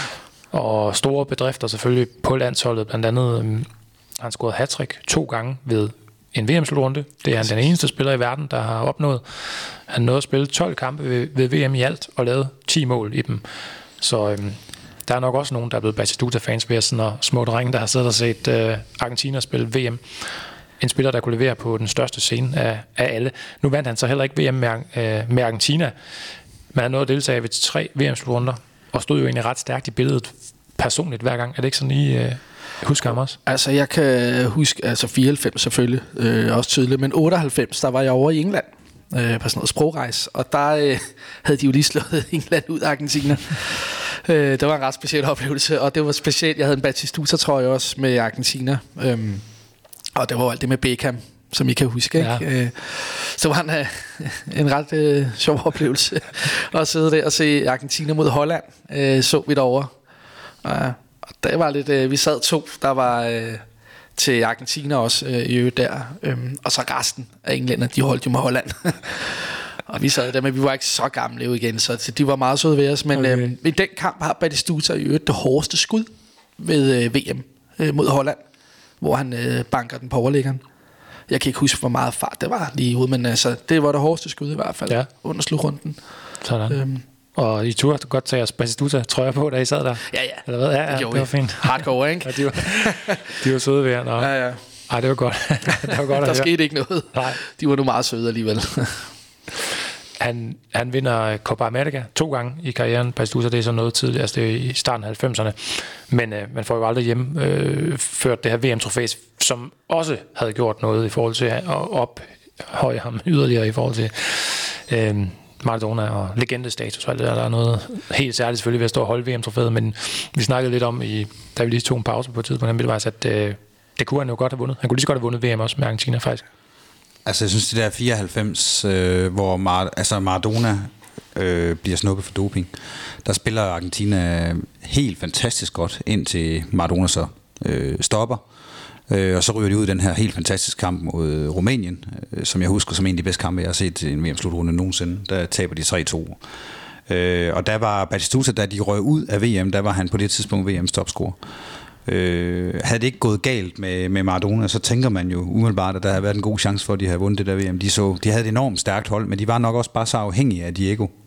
Og store bedrifter selvfølgelig på landsholdet. Blandt andet um, har han scoret hattrick to gange ved en V M-slutrunde. Det er han den eneste spiller i verden, der har opnået. Han nåede at spille tolv kampe ved, ved V M i alt og lavede ti mål i dem. Så um, der er nok også nogen, der er blevet Batistuta-fans ved sådan og små drenge, der har siddet og set uh, Argentina spille V M. En spiller, der kunne levere på den største scene af, af alle. Nu vandt han så heller ikke V M med, uh, med Argentina, men han nåede at deltage ved tre V M-slutrunder, og stod jo egentlig ret stærkt i billedet personligt hver gang. Er det ikke sådan, I uh, husker ham også? Altså, jeg kan huske, altså fireoghalvfems selvfølgelig, øh, også tydeligt, men otteoghalvfems, der var jeg over i England, øh, på sådan noget sprogrejse, og der øh, havde de jo lige slået England ud af Argentina. øh, det var en ret speciel oplevelse, og det var specielt, jeg havde en Batistuta-trøje også med Argentina, øhm, og det var alt det med Beckham, som I kan huske, ikke? Ja. Øh, så var det en, en ret øh, sjov oplevelse at sidde der og se Argentina mod Holland, øh, så vi derovre. Og det var lidt, øh, vi sad to, der var øh, til Argentina også øh, i øvrigt der, øh, og så resten af englænder, de holdt jo med Holland. Og vi sad der, men vi var ikke så gamle jo igen, så de var meget søde ved os. Men okay. øh, i den kamp har Batistuta i øvrigt det hårdeste skud ved øh, V M øh, mod Holland, hvor han øh, banker den på overliggeren. Jeg kan ikke huske, hvor meget fart det var lige ude, men altså, det var det hårdeste skud i hvert fald, ja, under slutrunden. Sådan. Øhm. Og I turde godt tage jeres Batistuta trøjer på, da I sad der? Ja, ja. Eller hvad? Ja, ja, det, det var fint. Hardcore, ikke? Ja, de, var, de var søde ved jer. Nå. Ja, ja. Ej, det var godt. det var godt der skete ikke noget. Nej. De var nu meget søde alligevel. Han, han vinder Copa America to gange i karrieren. Batistuta, det er så noget tidligt, altså det er i starten af halvfemserne. Men øh, man får jo aldrig hjemme øh, ført det her V M-trofæ, som også havde gjort noget i forhold til at ophøje ham yderligere i forhold til øh, Maradona og legendestatus. Og der er noget helt særligt selvfølgelig ved at stå og holde V M-trofæet, men vi snakkede lidt om, i, da vi lige tog en pause på et tidspunkt, at øh, det kunne han jo godt have vundet. Han kunne lige så godt have vundet V M også med Argentina faktisk. Altså jeg synes det der fireoghalvfems, øh, hvor Mar- altså Maradona øh, bliver snuppet for doping, der spiller Argentina helt fantastisk godt, indtil Maradona så øh, stopper. Øh, og så ryger de ud i den her helt fantastiske kamp mod Rumænien, øh, som jeg husker som en af de bedste kampe, jeg har set i en V M-slutrunde nogensinde. Der taber de tre to. Øh, og der var Batistuta, da de røg ud af V M, der var han på det tidspunkt V M's topscorer. Øh, havde det ikke gået galt med, med Maradona, så tænker man jo umiddelbart, at der havde været en god chance for, at de havde vundet det der V M. De, så, de havde et enormt stærkt hold, men de var nok også bare så afhængige af Diego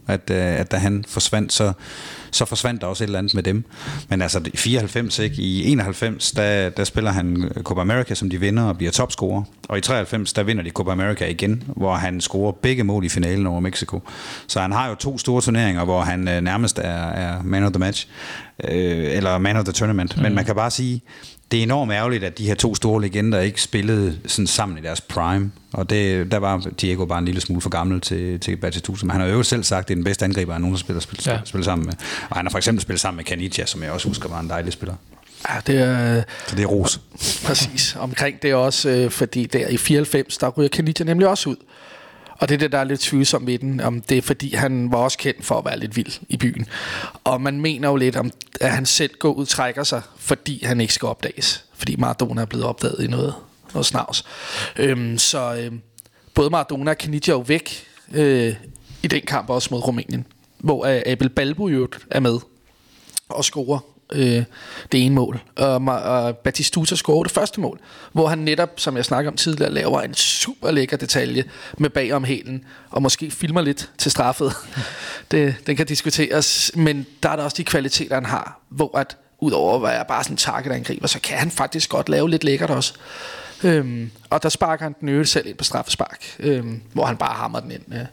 at, at da han forsvandt, så, så forsvandt der også et eller andet med dem. Men altså i fireoghalvfems, ikke? I enoghalvfems, der, der spiller han Copa America, som de vinder og bliver topscorer. Og i treoghalvfems, der vinder de Copa America igen, hvor han scorer begge mål i finalen over Mexico. Så han har jo to store turneringer, hvor han øh, nærmest er, er man of the match, øh, eller man of the tournament. Mm. Men man kan bare sige, det er enormt ærgerligt, at de her to store legender ikke spillede sådan sammen i deres prime. Og det, der var Diego bare en lille smule for gammel til, til Batistuta. Men han har jo selv sagt, at det er den bedste angriber, han nogen spiller, spiller, ja. spiller sammen med. Og han har for eksempel spillet sammen med Caniggia, som jeg også husker var en dejlig spiller. Ja, det er... Så det er ros. Præcis. Omkring det også, øh, fordi der i fireoghalvfems, der ryger Caniggia nemlig også ud. Og det er det, der er lidt tvivlsomt ved den, om det er fordi, han var også kendt for at være lidt vild i byen. Og man mener jo lidt om, at han selv går ud trækker sig, fordi han ikke skal opdages. Fordi Maradona er blevet opdaget i noget, noget snavs. Øhm, så øh, både Maradona og Caniggia er jo væk øh, i den kamp også mod Rumænien, hvor øh, Abel Balbo jo er med og scorer øh, det ene mål. Og, og Batistuta scorer det første mål, hvor han netop, som jeg snakkede om tidligere, laver en super lækker detalje med bagom hælen, og måske filmer lidt til straffet. det, den kan diskuteres, men der er der også de kvaliteter, han har, hvor at udover at være bare sådan en target-angriber, så kan han faktisk godt lave lidt lækkert også. Øhm, og der sparker han den øvrigt selv ind på straffespark, øhm, hvor han bare hammer den ind. Ja.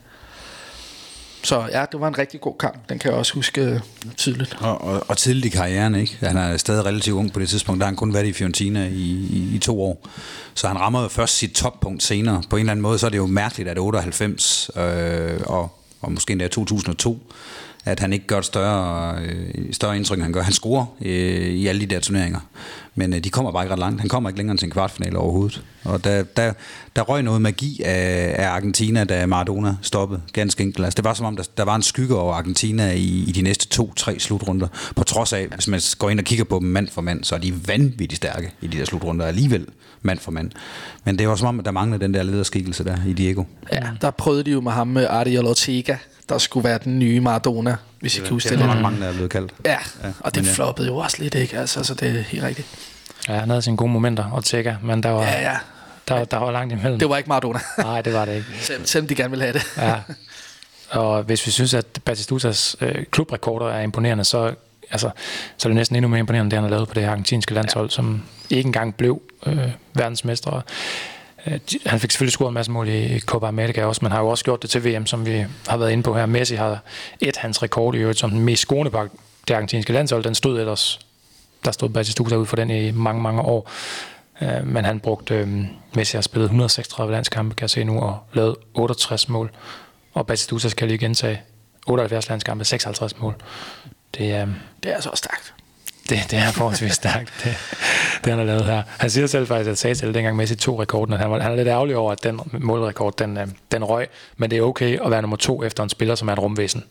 Så ja, det var en rigtig god kamp. Den kan jeg også huske øh, tydeligt. Og, og, og tidligt i karrieren, ikke? Han er stadig relativt ung på det tidspunkt. Der har han kun været i Fiorentina i, i, i to år. Så han rammer jo først sit toppunkt senere. På en eller anden måde, så er det jo mærkeligt, at otteoghalvfems øh, og, og måske endda to tusind og to, at han ikke gør et større, øh, større indtryk, end han gør. Han scorer øh, i alle de der turneringer, men øh, de kommer bare ikke ret langt. Han kommer ikke længere til en kvartfinale overhovedet. Og der, der, der røg noget magi af, af Argentina, da Maradona stoppede, ganske enkelt. Altså, det var som om, der, der var en skygge over Argentina i, i de næste to-tre slutrunder, på trods af, hvis man går ind og kigger på dem mand for mand, så er de vanvittigt stærke i de der slutrunder alligevel, mand for mand. Men det var som om, at der manglede den der lederskikkelse der i Diego. Ja, der prøvede de jo med ham med Ariel Ortega, der skulle være den nye Maradona, hvis I kan huske det. Det er nok mange, der er blevet kaldt. Ja, ja, og det floppede jo også lidt, ikke? Altså, så det er helt rigtigt. Ja, han havde sine gode momenter, Ortega, men der var, ja, ja. Der, der var langt imellem. Det var ikke Maradona. Nej, det var det ikke. Selv, selvom de gerne ville have det. Ja. Og hvis vi synes, at Batistutas øh, klubrekorder er imponerende, så, altså, så er det næsten endnu mere imponerende, det han har lavet på det argentinske landshold, ja. Som ikke engang blev øh, verdensmestre. Han fik selvfølgelig scoret en masse mål i Copa America også, men har jo også gjort det til V M, som vi har været inde på her. Messi har et hans rekord i øvrigt som den mest scorende på det argentinske landshold. Den stod ellers, der stod Batistuta ud for den i mange, mange år. Men han brugte, Messi har spillet et hundrede og seksogtredive landskampe, kan jeg se nu, og lavet otteogtres mål. Og Batistuta skal lige gentage otteoghalvfjerds landskampe, seksoghalvtreds mål. Det, øh, det er altså også stærkt. Det, det er forholdsvis stærkt, det, det han har lavet her. Han siger selv faktisk, at sagde til dengang Messi to rekorden, at han, var, han er lidt ærgerlig over, at den målrekord, den, den røg, men det er okay at være nummer to efter en spiller, som er et rumvæsen.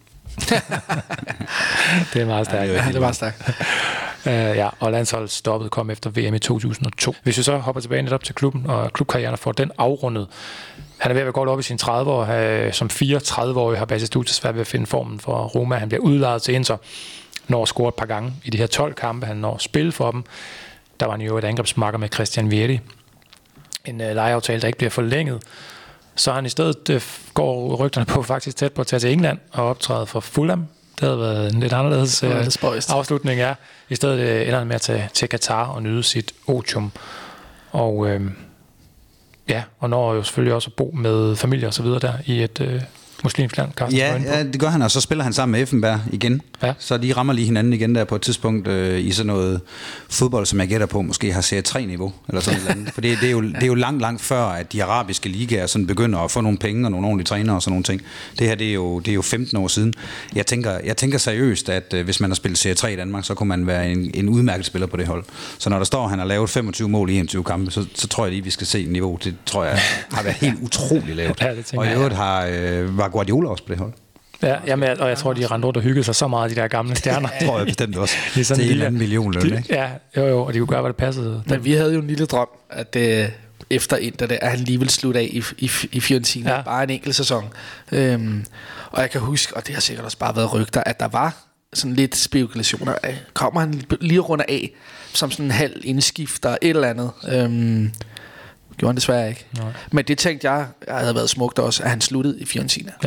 Det er meget stærkt. Ja, det er meget stærkt. uh, ja, og landsholdet stoppede kom efter V M i to tusind og to. Hvis vi så hopper tilbage netop til klubben, og klubkarrieren får den afrundet, han er ved at være godt op i sine tredive år. Som fireogtredive-årig har Batistuta svært ved at finde formen for Roma. Han bliver udlejet til Inter, når scoret et par gange i de her tolv kampe, han når spille for dem. Der var han jo et angrebsmarker med Christian Vieri. En uh, lejeaftale, der ikke bliver forlænget. Så han i stedet uh, går rygterne på faktisk tæt på at tage til England og optræde for Fulham. Det havde været en lidt anderledes uh, afslutning. Ja. I stedet uh, ender han med at tage til Katar og nyde sit otium. Og uh, ja, og når jo selvfølgelig også at bo med familie og så videre der i et uh, muslimsk land. Ja, ja, det gør han, og så spiller han sammen med Effenberg igen. Ja. Så de rammer lige hinanden igen der på et tidspunkt øh, i sådan noget fodbold, som jeg gætter på, måske har serie tre-niveau, eller sådan noget andet. For det, det, er jo, det er jo langt, langt før, at de arabiske ligaer sådan begynder at få nogle penge og nogle ordentlige trænere og sådan nogle ting. Det her, det er jo, det er jo femten år siden. Jeg tænker, jeg tænker seriøst, at øh, hvis man har spillet serie tre i Danmark, så kunne man være en, en udmærket spiller på det hold. Så når der står, at han har lavet femogtyve mål i enogtyve kampe, så, så tror jeg lige, vi skal se niveau. Det tror jeg har været helt utroligt lavt. Ja, det og i øvrigt har øh, var Guardiola også på det hold. Ja, jamen, og jeg tror, de rendte rundt og hyggede sig så meget, de der gamle stjerner. Det tror jeg bestemt også. Det er sådan en eller anden million løn, ikke? Ja, jo jo, og de kunne gøre, hvad det passede. Men vi havde jo en lille drøm, at øh, efter Inter, der, at han lige ville slutte af i, i, i Fiorentina. Ja. Bare en enkelt sæson. Øhm, og jeg kan huske, og det har sikkert også bare været rygter, at der var sådan lidt spekulationer af, kommer han lige rundt af, som sådan en halv indskifter, et eller andet. Øhm, gjorde han desværre ikke. Nej. Men det tænkte jeg, jeg havde været smukt også, at han sluttede i Fiorentina. Ja.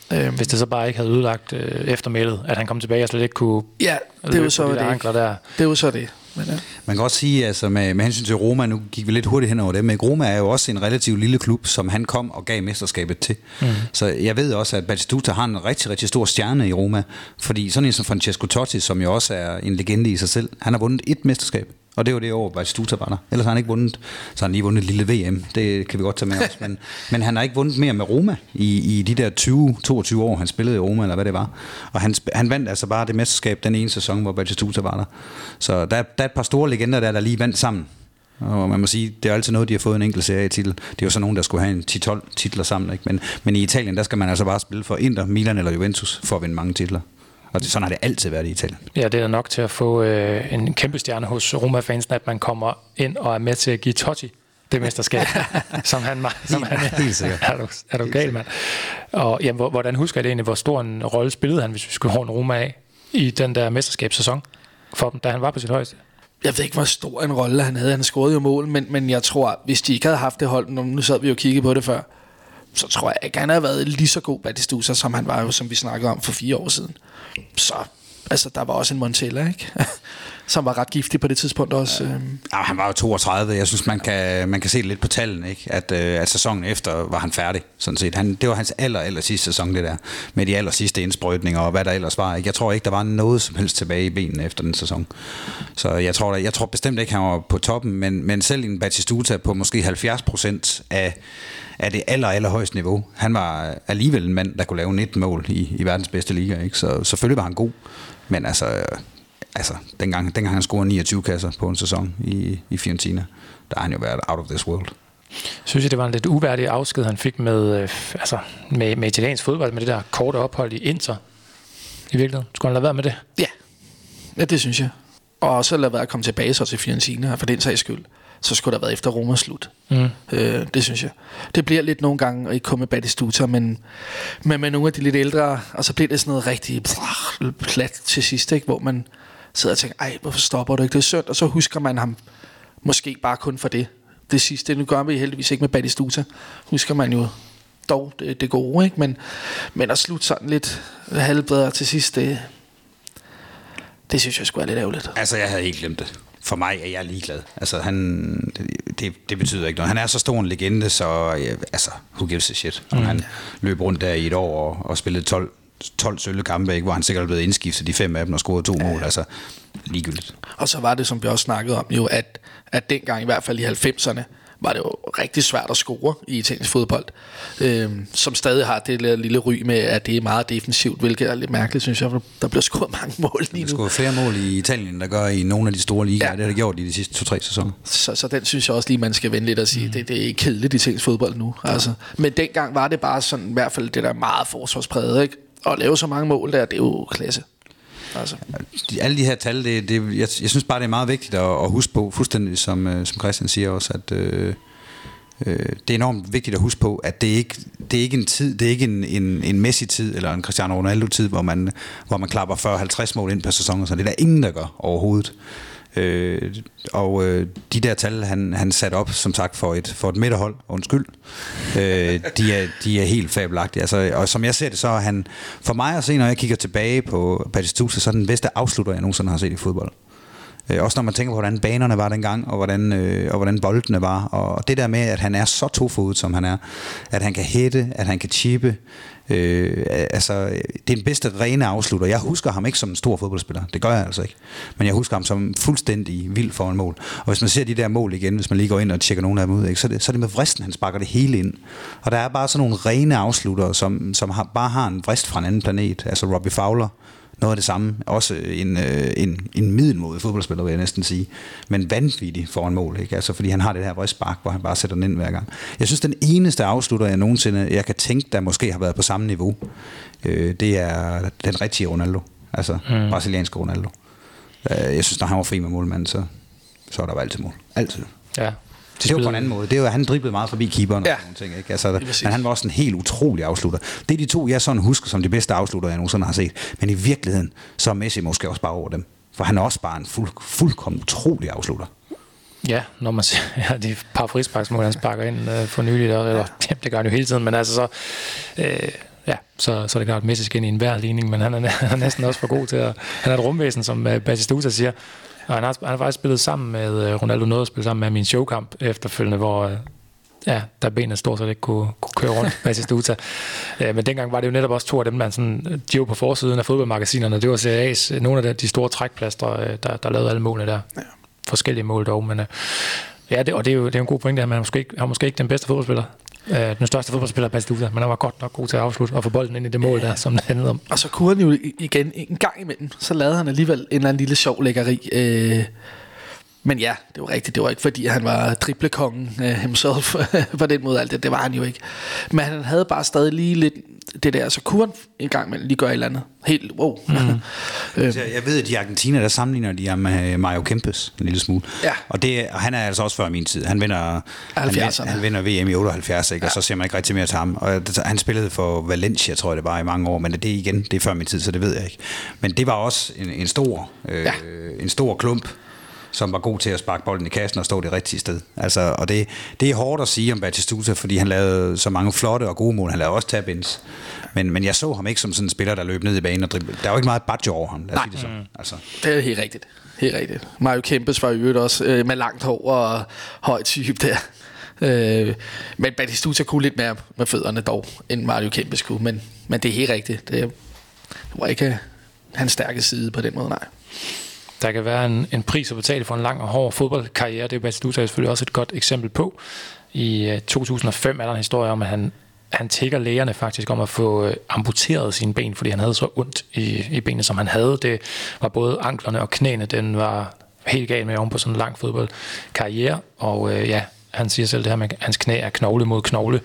Øhm, Hvis det så bare ikke havde ødelagt øh, eftermælet, at han kom tilbage og slet ikke kunne ja, det er jo så de det. der ankler der. Det er jo så det. Men, ja. Man kan også sige, altså med, med hensyn til Roma, nu gik vi lidt hurtigt hen over det, men Roma er jo også en relativt lille klub, som han kom og gav mesterskabet til. Mm. Så jeg ved også, at Batistuta har en rigtig, rigtig stor stjerne i Roma, fordi sådan en som Francesco Totti, som jo også er en legende i sig selv, han har vundet et mesterskab. Og det var det år, Batistuta var der. Ellers har han ikke vundet, så har han lige vundet et lille V M. Det kan vi godt tage med os. Men, men han har ikke vundet mere med Roma i, i de der tyve toogtyve år, han spillede i Roma, eller hvad det var. Og han, han vandt altså bare det mesterskab den ene sæson, hvor Batistuta var der. Så der, der er et par store legender der, der lige vandt sammen. Og man må sige, det er altid noget, de har fået en enkelt serietitel. Det er jo så nogen, der skulle have en ti tolv titler sammen. Ikke? Men, men i Italien, der skal man altså bare spille for Inter, Milan eller Juventus for at vinde mange titler. Og det, sådan har det altid været i Italien. Ja, det er nok til at få øh, en kæmpe stjerne hos Roma-fansen, at man kommer ind og er med til at give Totti det mesterskab, som han, som han helt sikkert. Er du, er du gal, mand? Og jamen, hvordan husker jeg det egentlig, hvor stor en rolle spillede han, hvis vi skulle holde Roma af i den der mesterskabssæson for dem, da han var på sit højeste? Jeg ved ikke, hvor stor en rolle han havde. Han scorede jo mål, men, men jeg tror, hvis de ikke havde haft det hold, nu sad vi jo og kiggede på det før, så tror jeg ikke, han havde været lige så god Batistuta, som han var jo, som vi snakkede om for fire år siden. Så, altså, der var også en Montella, ikke? Som var ret giftig på det tidspunkt også. Ja, han var jo toogtredive. Jeg synes, man kan, man kan se det lidt på tallene, ikke? At, øh, at sæsonen efter var han færdig, sådan set. Han, det var hans aller, aller sidste sæson, det der. Med de aller sidste indsprøjtninger og hvad der ellers var. Ikke? Jeg tror ikke, der var noget som helst tilbage i benene efter den sæson. Så jeg tror, der, jeg tror bestemt ikke, han var på toppen, men, men selv en Batistuta på måske halvfjerds procent af af det aller, aller højeste niveau. Han var alligevel en mand, der kunne lave nitten mål i, i verdens bedste liga, ikke? Så selvfølgelig var han god, men altså, altså dengang, dengang han scorede niogtyve kasser på en sæson i, i Fiorentina, der har han jo været out of this world. Synes jeg, det var en lidt uværdig afsked, han fik med, øh, altså, med, med italiensk fodbold, med det der korte ophold i Inter. I virkeligheden. Skulle han lade være med det? Ja, ja det synes jeg. Og så lade være at komme tilbage så til Fiorentina, for den sags skyld. Så skulle der have været efter Roma slut. Mm. Øh, det synes jeg. Det bliver lidt nogle gange at ikke komme med Batistuta, men, men med nogle af de lidt ældre, og så bliver det sådan noget rigtig plat til sidst, ikke? Hvor man sidder og tænker, ej, hvorfor stopper du ikke? Det er synd, og så husker man ham måske bare kun for det. Det sidste, nu gør vi heldigvis ikke med Batistuta, husker man jo dog det, det gode, ikke? Men, men at slutte sådan lidt halvbredere til sidst, det, det synes jeg skulle være lidt ærgerligt. Altså, jeg havde helt glemt det. For mig er jeg ligeglad. Altså, han, det, det betyder ikke noget. Han er så stor en legende, så ja, altså, who gives a shit? Mm. Han løb rundt der i et år og, og spillede tolv, tolv sølle kampe, ikke, hvor han sikkert er blevet indskiftet de fem af dem og scoret to ja. mål. Altså, ligegyldigt. Og så var det, som vi også snakkede om, jo, at, at dengang, i hvert fald i halvfemserne, var det jo rigtig svært at score i italiensk fodbold, øhm, som stadig har det lille ry med, at det er meget defensivt, hvilket er lidt mærkeligt, synes jeg, for der bliver scoret mange mål lige nu. Der bliver scoret flere mål i Italien, der gør i nogle af de store ligaer, ja. Det har det gjort i de sidste to-tre sæsoner. Så, så den synes jeg også lige, man skal vende lidt og sige, mm. det, det er ikke kedeligt i italiensk fodbold nu. Ja. Altså. Men dengang var det bare sådan, i hvert fald det der meget forsvarspræget, ikke? Og lave så mange mål der, det er jo klasse. Altså. De, alle de her tal, det, det, jeg, jeg synes bare, det er meget vigtigt at, at huske på, fuldstændig som, som Christian siger også, at øh, øh, det er enormt vigtigt at huske på, at det er ikke det er ikke en tid, det er ikke en, en, en Messi-tid eller en Cristiano Ronaldo-tid, hvor man, hvor man klapper fyrre halvtreds mål ind per sæson, så det er der ingen, der gør overhovedet. Øh, og øh, de der tal, han, han satte op, som sagt, for et, for et midterhold, undskyld, øh, de, er, de er helt fabelagtige. Altså, og som jeg ser det, så er han, for mig at se, når jeg kigger tilbage på Batistuta, så er den bedste afslutter, jeg nogensinde har set i fodbold. Øh, også når man tænker på, hvordan banerne var dengang, og hvordan, øh, og hvordan boldene var. Og det der med, at han er så tofodet, som han er, at han kan hætte, at han kan chippe. Øh, altså, det er den bedste rene afslutter. Jeg husker ham ikke som en stor fodboldspiller. Det gør jeg altså ikke. Men jeg husker ham som fuldstændig vild foran mål. Og hvis man ser de der mål igen, hvis man lige går ind og tjekker nogle af dem ud, ikke, så, er det, så er det med vristen, han sparker det hele ind. Og der er bare sådan nogle rene afslutter, som, som har, bare har en vrist fra en anden planet. Altså Robbie Fowler. Noget af det samme. Også en, en, en middelmodig fodboldspiller, vil jeg næsten sige. Men vanvittig foran mål, ikke? Altså, fordi han har det her vristbark, hvor han bare sætter den ind hver gang. Jeg synes, den eneste afslutter, jeg nogensinde jeg kan tænke, der måske har været på samme niveau, øh, det er den rigtige Ronaldo. Altså, mm. brasilianske Ronaldo. Jeg synes, når han var fri med målmanden, så, så var der altid mål. Altid. Ja. Det, det var på en anden måde. Det var, han driblede meget forbi keeperen og ja. sådan ting, ikke? Altså, men han var også en helt utrolig afslutter. Det er de to, jeg sådan husker som de bedste afslutter, jeg nogensinde har set. Men i virkeligheden, så er Messi måske også bare over dem. For han er også bare en fuld, fuldkommen utrolig afslutter. Ja, når man ser ja, de par frisparksmål, han sparker ind øh, for nyligt, eller ja. Det gør han jo hele tiden, men altså så, øh, ja, så, så er det klart, at Messi skal ind i enhver ligning, men han er, han er næsten også for god til at... Han er et rumvæsen, som Batistuta siger. Og han har, han har faktisk spillet sammen med Ronaldo, noget at spille sammen med min showkamp efterfølgende, hvor ja, der benene stort set ikke kunne, kunne køre rundt, Batistuta. Ja, men dengang var det jo netop også to af dem, man sådan, de var på forsiden af fodboldmagasinerne. Det var Serie A's, nogle af de store trækplaster, der, der lavede alle målene der. Ja. Forskellige mål dog, men ja, det, og det er jo det er en god pointe, at man måske ikke, har måske ikke den bedste fodboldspiller. Øh, den største fodboldspiller er Batistuta, men han var godt nok god til at afslutte og få bolden ind i det mål der, som det handlede om. Og så kunne han jo igen en gang imellem, så lavede han alligevel en eller anden lille sjov lækkeri. Øh, men ja, det var rigtigt, det var ikke fordi han var driblekongen øh, himself på den måde alt det, det var han jo ikke. Men han havde bare stadig lige lidt det der, så kunne han en gang imellem lige gøre et eller andet. Helt wow. Mm. øh. Jeg ved, at i Argentina, der sammenligner de ham med Mario Kempes en lille smule. Ja. Og, det, og han er altså også før min tid. Han vinder, han, han vinder V M i otteoghalvfjerds, ikke? Ja. Og så ser man ikke rigtig mere til ham. Og han spillede for Valencia, tror jeg det var, i mange år, men det igen, det er før min tid, så det ved jeg ikke. Men det var også en, en stor, øh, ja. en stor klump, som var god til at sparke bolden i kassen og stå det rigtige sted. Altså, og det, det er hårdt at sige om Batistuta, fordi han lavede så mange flotte og gode mål. Han lavede også tap-ins. Men, men jeg så ham ikke som sådan en spiller, der løb ned i banen og dribbede. Der var ikke meget badge over ham, lad os sige det så. Altså. Det er helt rigtigt. Helt rigtigt. Mario Kempes var i øvrigt også øh, med langt hår og høj type der. Øh, men Batistuta kunne lidt mere med fødderne dog, end Mario Kempes kunne. Men, men det er helt rigtigt. Det var ikke hans stærke side på den måde, nej. Der kan være en, en pris at betale for en lang og hård fodboldkarriere. Det er Batistuta selvfølgelig også et godt eksempel på. I to tusind og fem er der en historie om, at han, han tigger lægerne faktisk om at få amputeret sine ben, fordi han havde så ondt i, i benene, som han havde. Det var både anklerne og knæene, den var helt galt med oven på sådan en lang fodboldkarriere. Og øh, ja, han siger selv det her med, at hans knæ er knogle mod knogle.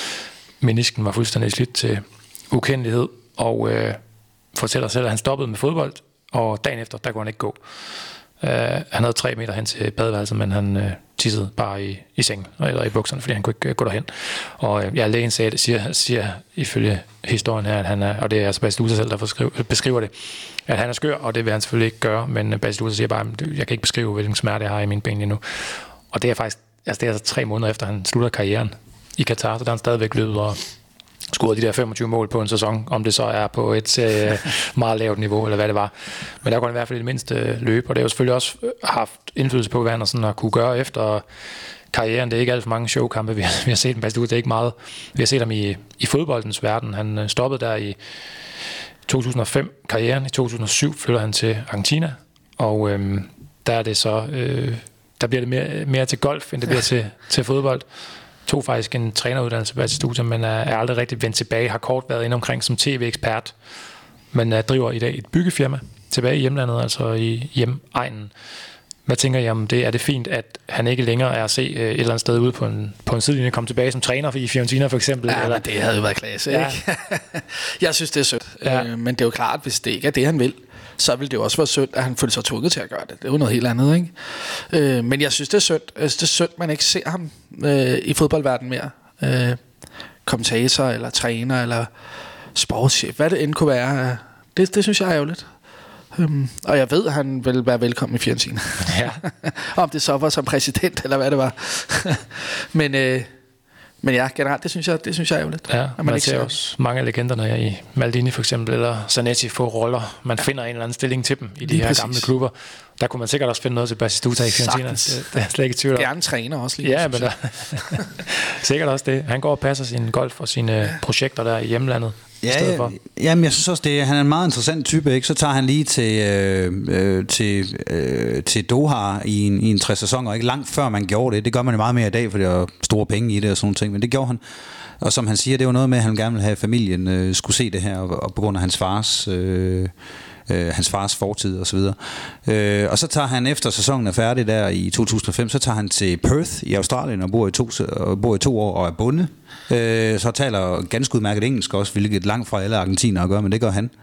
Menisken var fuldstændig slidt til ukendelighed, og øh, fortæller selv, at han stoppede med fodbold, og dagen efter, der kunne han ikke gå. Uh, han havde tre meter hen til badeværelset, men han uh, tissede bare i, i sengen, eller i bukserne, fordi han kunne ikke uh, gå derhen. Og uh, ja, lægen sagde, siger, siger ifølge historien her, at han er, og det er altså Batistuta selv, der beskriver, beskriver det, at han er skør, og det vil han selvfølgelig ikke gøre, men Batistuta siger bare, at jeg kan ikke beskrive, hvilken smerte jeg har i mine ben lige nu. Og det er faktisk, altså det er altså tre måneder efter, han slutter karrieren i Katar, så der er han stadigvæk løbet og scoret de der femogtyve mål på en sæson, om det så er på et øh, meget lavt niveau, eller hvad det var. Men der kunne han i hvert fald i det mindste øh, løbe, og det har jo selvfølgelig også haft indflydelse på, hvad han sådan har kunne gøre efter karrieren. Det er ikke alt for mange showkampe, vi har, vi har set dem. Det er ikke meget. Vi har set ham i, i fodboldens verden. Han stoppede der i to tusind og fem karrieren. I to tusind og syv flytter han til Argentina, og øh, der er det så, øh, der bliver det mere, mere til golf, end det bliver til, til fodbold. Tog faktisk en træneruddannelse på Batistuta, men er, er aldrig rigtig vendt tilbage. Har kort været inde omkring som tv-ekspert, men er, driver i dag et byggefirma tilbage i hjemlandet, altså i hjemegnen. Hvad tænker I om det? Er det fint, at han ikke længere er at se et eller andet sted ude på en, på en sidelinje komme tilbage som træner i Fiorentina for eksempel? Ja, eller? Men det havde jo været klasse, ja. Ikke? Jeg synes, det er sødt. Ja. Øh, men det er jo klart, hvis det ikke er det, han vil, så vil det jo også være synd, at han føler sig tvunget til at gøre det. Det er jo noget helt andet, ikke? Øh, men jeg synes, det er synd. Jeg synes, det er synd, man ikke ser ham øh, i fodboldverdenen mere. Øh, kommentator, eller træner, eller sportschef, hvad det end kunne være. Det, det synes jeg er ærgerligt. Um, og jeg ved, at han vil være velkommen i Fiorentina. Ja. Om det så var som præsident, eller hvad det var. men... Øh, Men ja, generelt, det synes jeg, det synes jeg er jo lidt. Ja, man, man ser også mange af legenderne i Maldini for eksempel, eller Zanetti få roller. Man finder en eller anden stilling til dem i de lige her præcis. Gamle klubber. Der kunne man sikkert også finde noget til Batistuta i Fiorentina. Det, det er slet ikke tvivl om. Gerne træner også lige. Ja, men der, sikkert også det. Han går og passer sin golf og sine ja. projekter der i hjemlandet. Ja, ja, jamen jeg synes også det. Han er en meget interessant type, ikke? Så tager han lige til øh, øh, til øh, til Doha i en i en tre sæsoner, ikke langt før man gjorde det. Det gør man jo meget mere i dag, for der er store penge i det og sådan ting, men det gjorde han. Og som han siger, det var noget med, at han gerne ville have familien øh, skulle se det her, og, og på grund af hans fars øh, øh, hans fars fortid og så videre. Øh, og så tager han, efter sæsonen er færdig der i to tusind og fem, så tager han til Perth i Australien og bor i to, og bor i to år og er bonde. Øh, så taler ganske udmærket engelsk også, hvilket langt fra alle argentinere gør, men det gør han.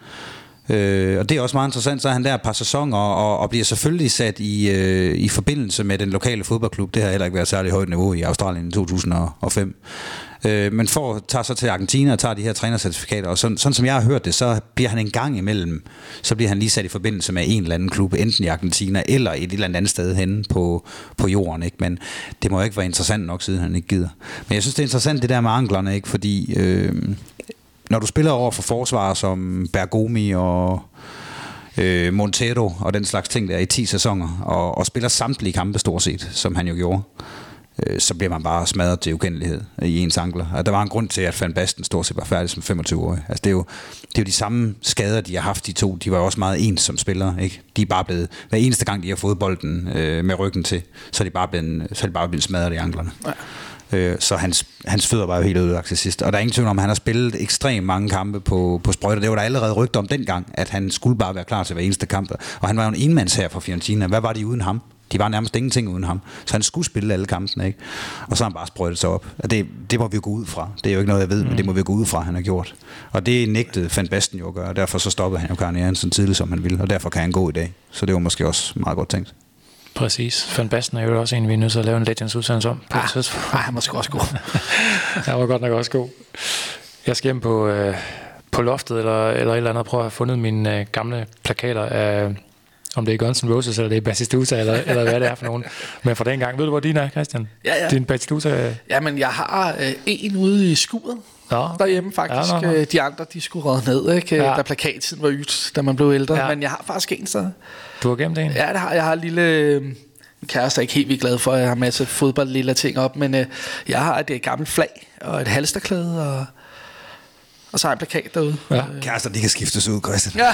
Øh, og det er også meget interessant. Så er han der et par sæsoner og, og bliver selvfølgelig sat i, øh, i forbindelse med den lokale fodboldklub. Det har heller ikke været særlig højt niveau i Australien i to tusind og fem. Øh, men for tager så til Argentina og tager de her trænercertifikater, og sådan, sådan som jeg har hørt det, så bliver han en gang imellem, så bliver han lige sat i forbindelse med en eller anden klub, enten i Argentina eller et eller andet sted henne på, på jorden, ikke? Men det må jo ikke være interessant nok, siden han ikke gider. Men jeg synes, det er interessant det der med anklerne, ikke? Fordi øh, når du spiller over for forsvarer som Bergomi og øh, Montero og den slags ting der i ti sæsoner, og, og spiller samtlige kampe stort set, som han jo gjorde, øh, så bliver man bare smadret til ukendelighed i ens ankler. Og der var en grund til, at Van Basten stort set var færdig som femogtyve-årig. Altså, det er jo det er jo de samme skader, de har haft, de to. De var jo også meget ens som spillere, ikke? De er bare blevet, hver eneste gang, de har fået bolden øh, med ryggen til, så er de bare blevet, så er de bare blevet smadret i anklerne. Ja. Så hans, hans fødder var jo helt ødelagt til sidst. Og der er ingen tvivl om, at han har spillet ekstremt mange kampe på, på sprøjter. Det var der allerede rygter om dengang, at han skulle bare være klar til hver eneste kamp. Og han var jo en enmands her for Fiorentina. Hvad var de uden ham? De var nærmest ingenting uden ham. Så han skulle spille alle kampene, ikke? Og så har han bare sprøjtet sig op. Og det, det må vi jo gå ud fra. Det er jo ikke noget, jeg ved, mm. men det må vi gå ud fra, han har gjort. Og det nægtede Van Basten jo at gøre. Og derfor så stoppede han jo karrieren så tidligt, som han ville. Og derfor kan han gå i dag. Så det var måske også meget godt tænkt. Præcis. Van Basten er jo også en, vi er nødt til at lave en Legends udsendelse om. Ah, ah, han var sgu også god. Han var godt nok også god. Jeg skal hjem på, øh, på loftet eller, eller et eller andet og prøve at have fundet mine øh, gamle plakater af, om det er Guns N' Roses eller det er Batistuta eller, eller hvad det er for nogen. Men fra den gang, ved du hvor din er, Christian? Ja, ja. Din Batistuta? Jamen, jeg har øh, en ude i skuret. Ja. Derhjemme faktisk. Ja, no, no. De andre, de skulle røde ned, ikke? Ja. Da plakattiden var ydt, da man blev ældre. Ja. Men jeg har faktisk en, så... Du har gemt en? Ja, det har jeg. har en lille... Min kæreste er ikke helt vildt glad for, at jeg har en masse fodboldlille ting op, men øh, jeg har et, et gammelt flag og et halsterklæde, og, og så har jeg en plakat derude. Ja. Kærester, de kan skiftes ud, Christian. Ja.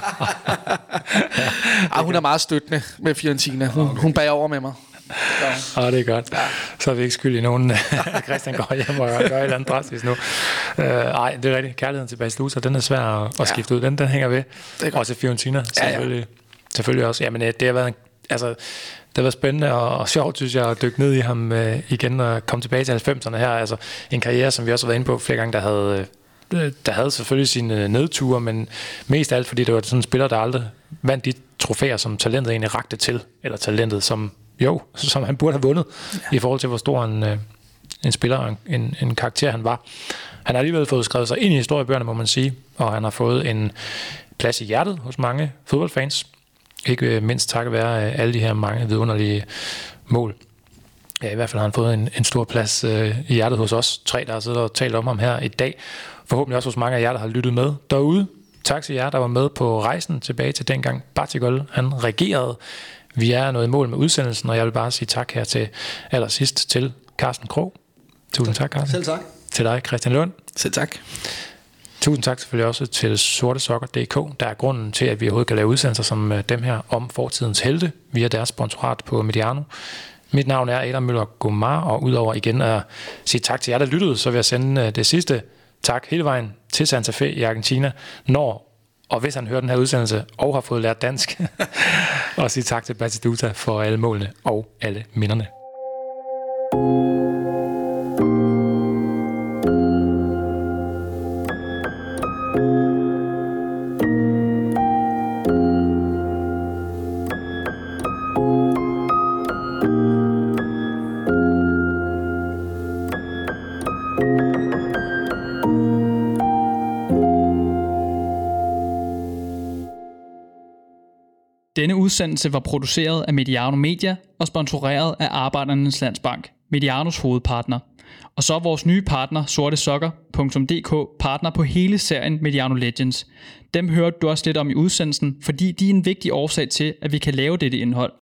Ej, hun er meget støttende med Fiorentina. Hun, okay. hun bager over med mig. Ja, oh, det er godt. Ja. Så er vi ikke skyld i nogen. Christian går hjem og gør et eller andet drastisk nu. Nej, uh, det er rigtigt. Kærligheden til Batistuta, den er svær at, at ja. skifte ud. Den, den hænger ved. Og til Fiorentina, selvfølgelig, ja, ja. selvfølgelig også. Jamen, det har været en, altså, det var spændende og, og sjovt, synes jeg, at dykke ned i ham øh, igen og komme tilbage til halvfemserne her. Altså en karriere, som vi også har været inde på flere gange, der havde, øh, der havde selvfølgelig sine nedture, men mest af alt, fordi det var sådan en spiller, der aldrig vandt de trofæer, som talentet egentlig rakte til. Eller talentet, som jo, som han burde have vundet, ja. I forhold til, hvor stor en, øh, en spiller og en, en karakter han var. Han har alligevel fået skrevet sig ind i historiebøgerne, må man sige, og han har fået en plads i hjertet hos mange fodboldfans. Ikke mindst takket være alle de her mange vidunderlige mål. Ja, i hvert fald har han fået en, en stor plads øh, i hjertet hos os. Tre, der har siddet og talt om ham her i dag. Forhåbentlig også hos mange af jer, der har lyttet med derude. Tak til jer, der var med på rejsen tilbage til dengang Batigol, han regerede. Vi er nået i mål med udsendelsen, og jeg vil bare sige tak her til allersidst til Carsten Krog. Tusind tak, Carsten. Selv tak. Til dig, Christian Lund. Selv tak. Tusind tak selvfølgelig også til sortesokker punktum d k, der er grunden til, at vi overhovedet kan lave udsendelser som dem her om fortidens helte via deres sponsorat på Mediano. Mit navn er Adam Møller Gomar, og udover igen at sige tak til jer, der lyttede, så vil jeg sende det sidste tak hele vejen til Santa Fe i Argentina, når og hvis han hører den her udsendelse og har fået lært dansk, og sige tak til Batistuta for alle målene og alle minderne. Denne udsendelse var produceret af Mediano Media og sponsoreret af Arbejdernes Landsbank, Medianos hovedpartner. Og så er vores nye partner, sortesokker punktum d k, partner på hele serien Mediano Legends. Dem hørte du også lidt om i udsendelsen, fordi de er en vigtig årsag til, at vi kan lave dette indhold.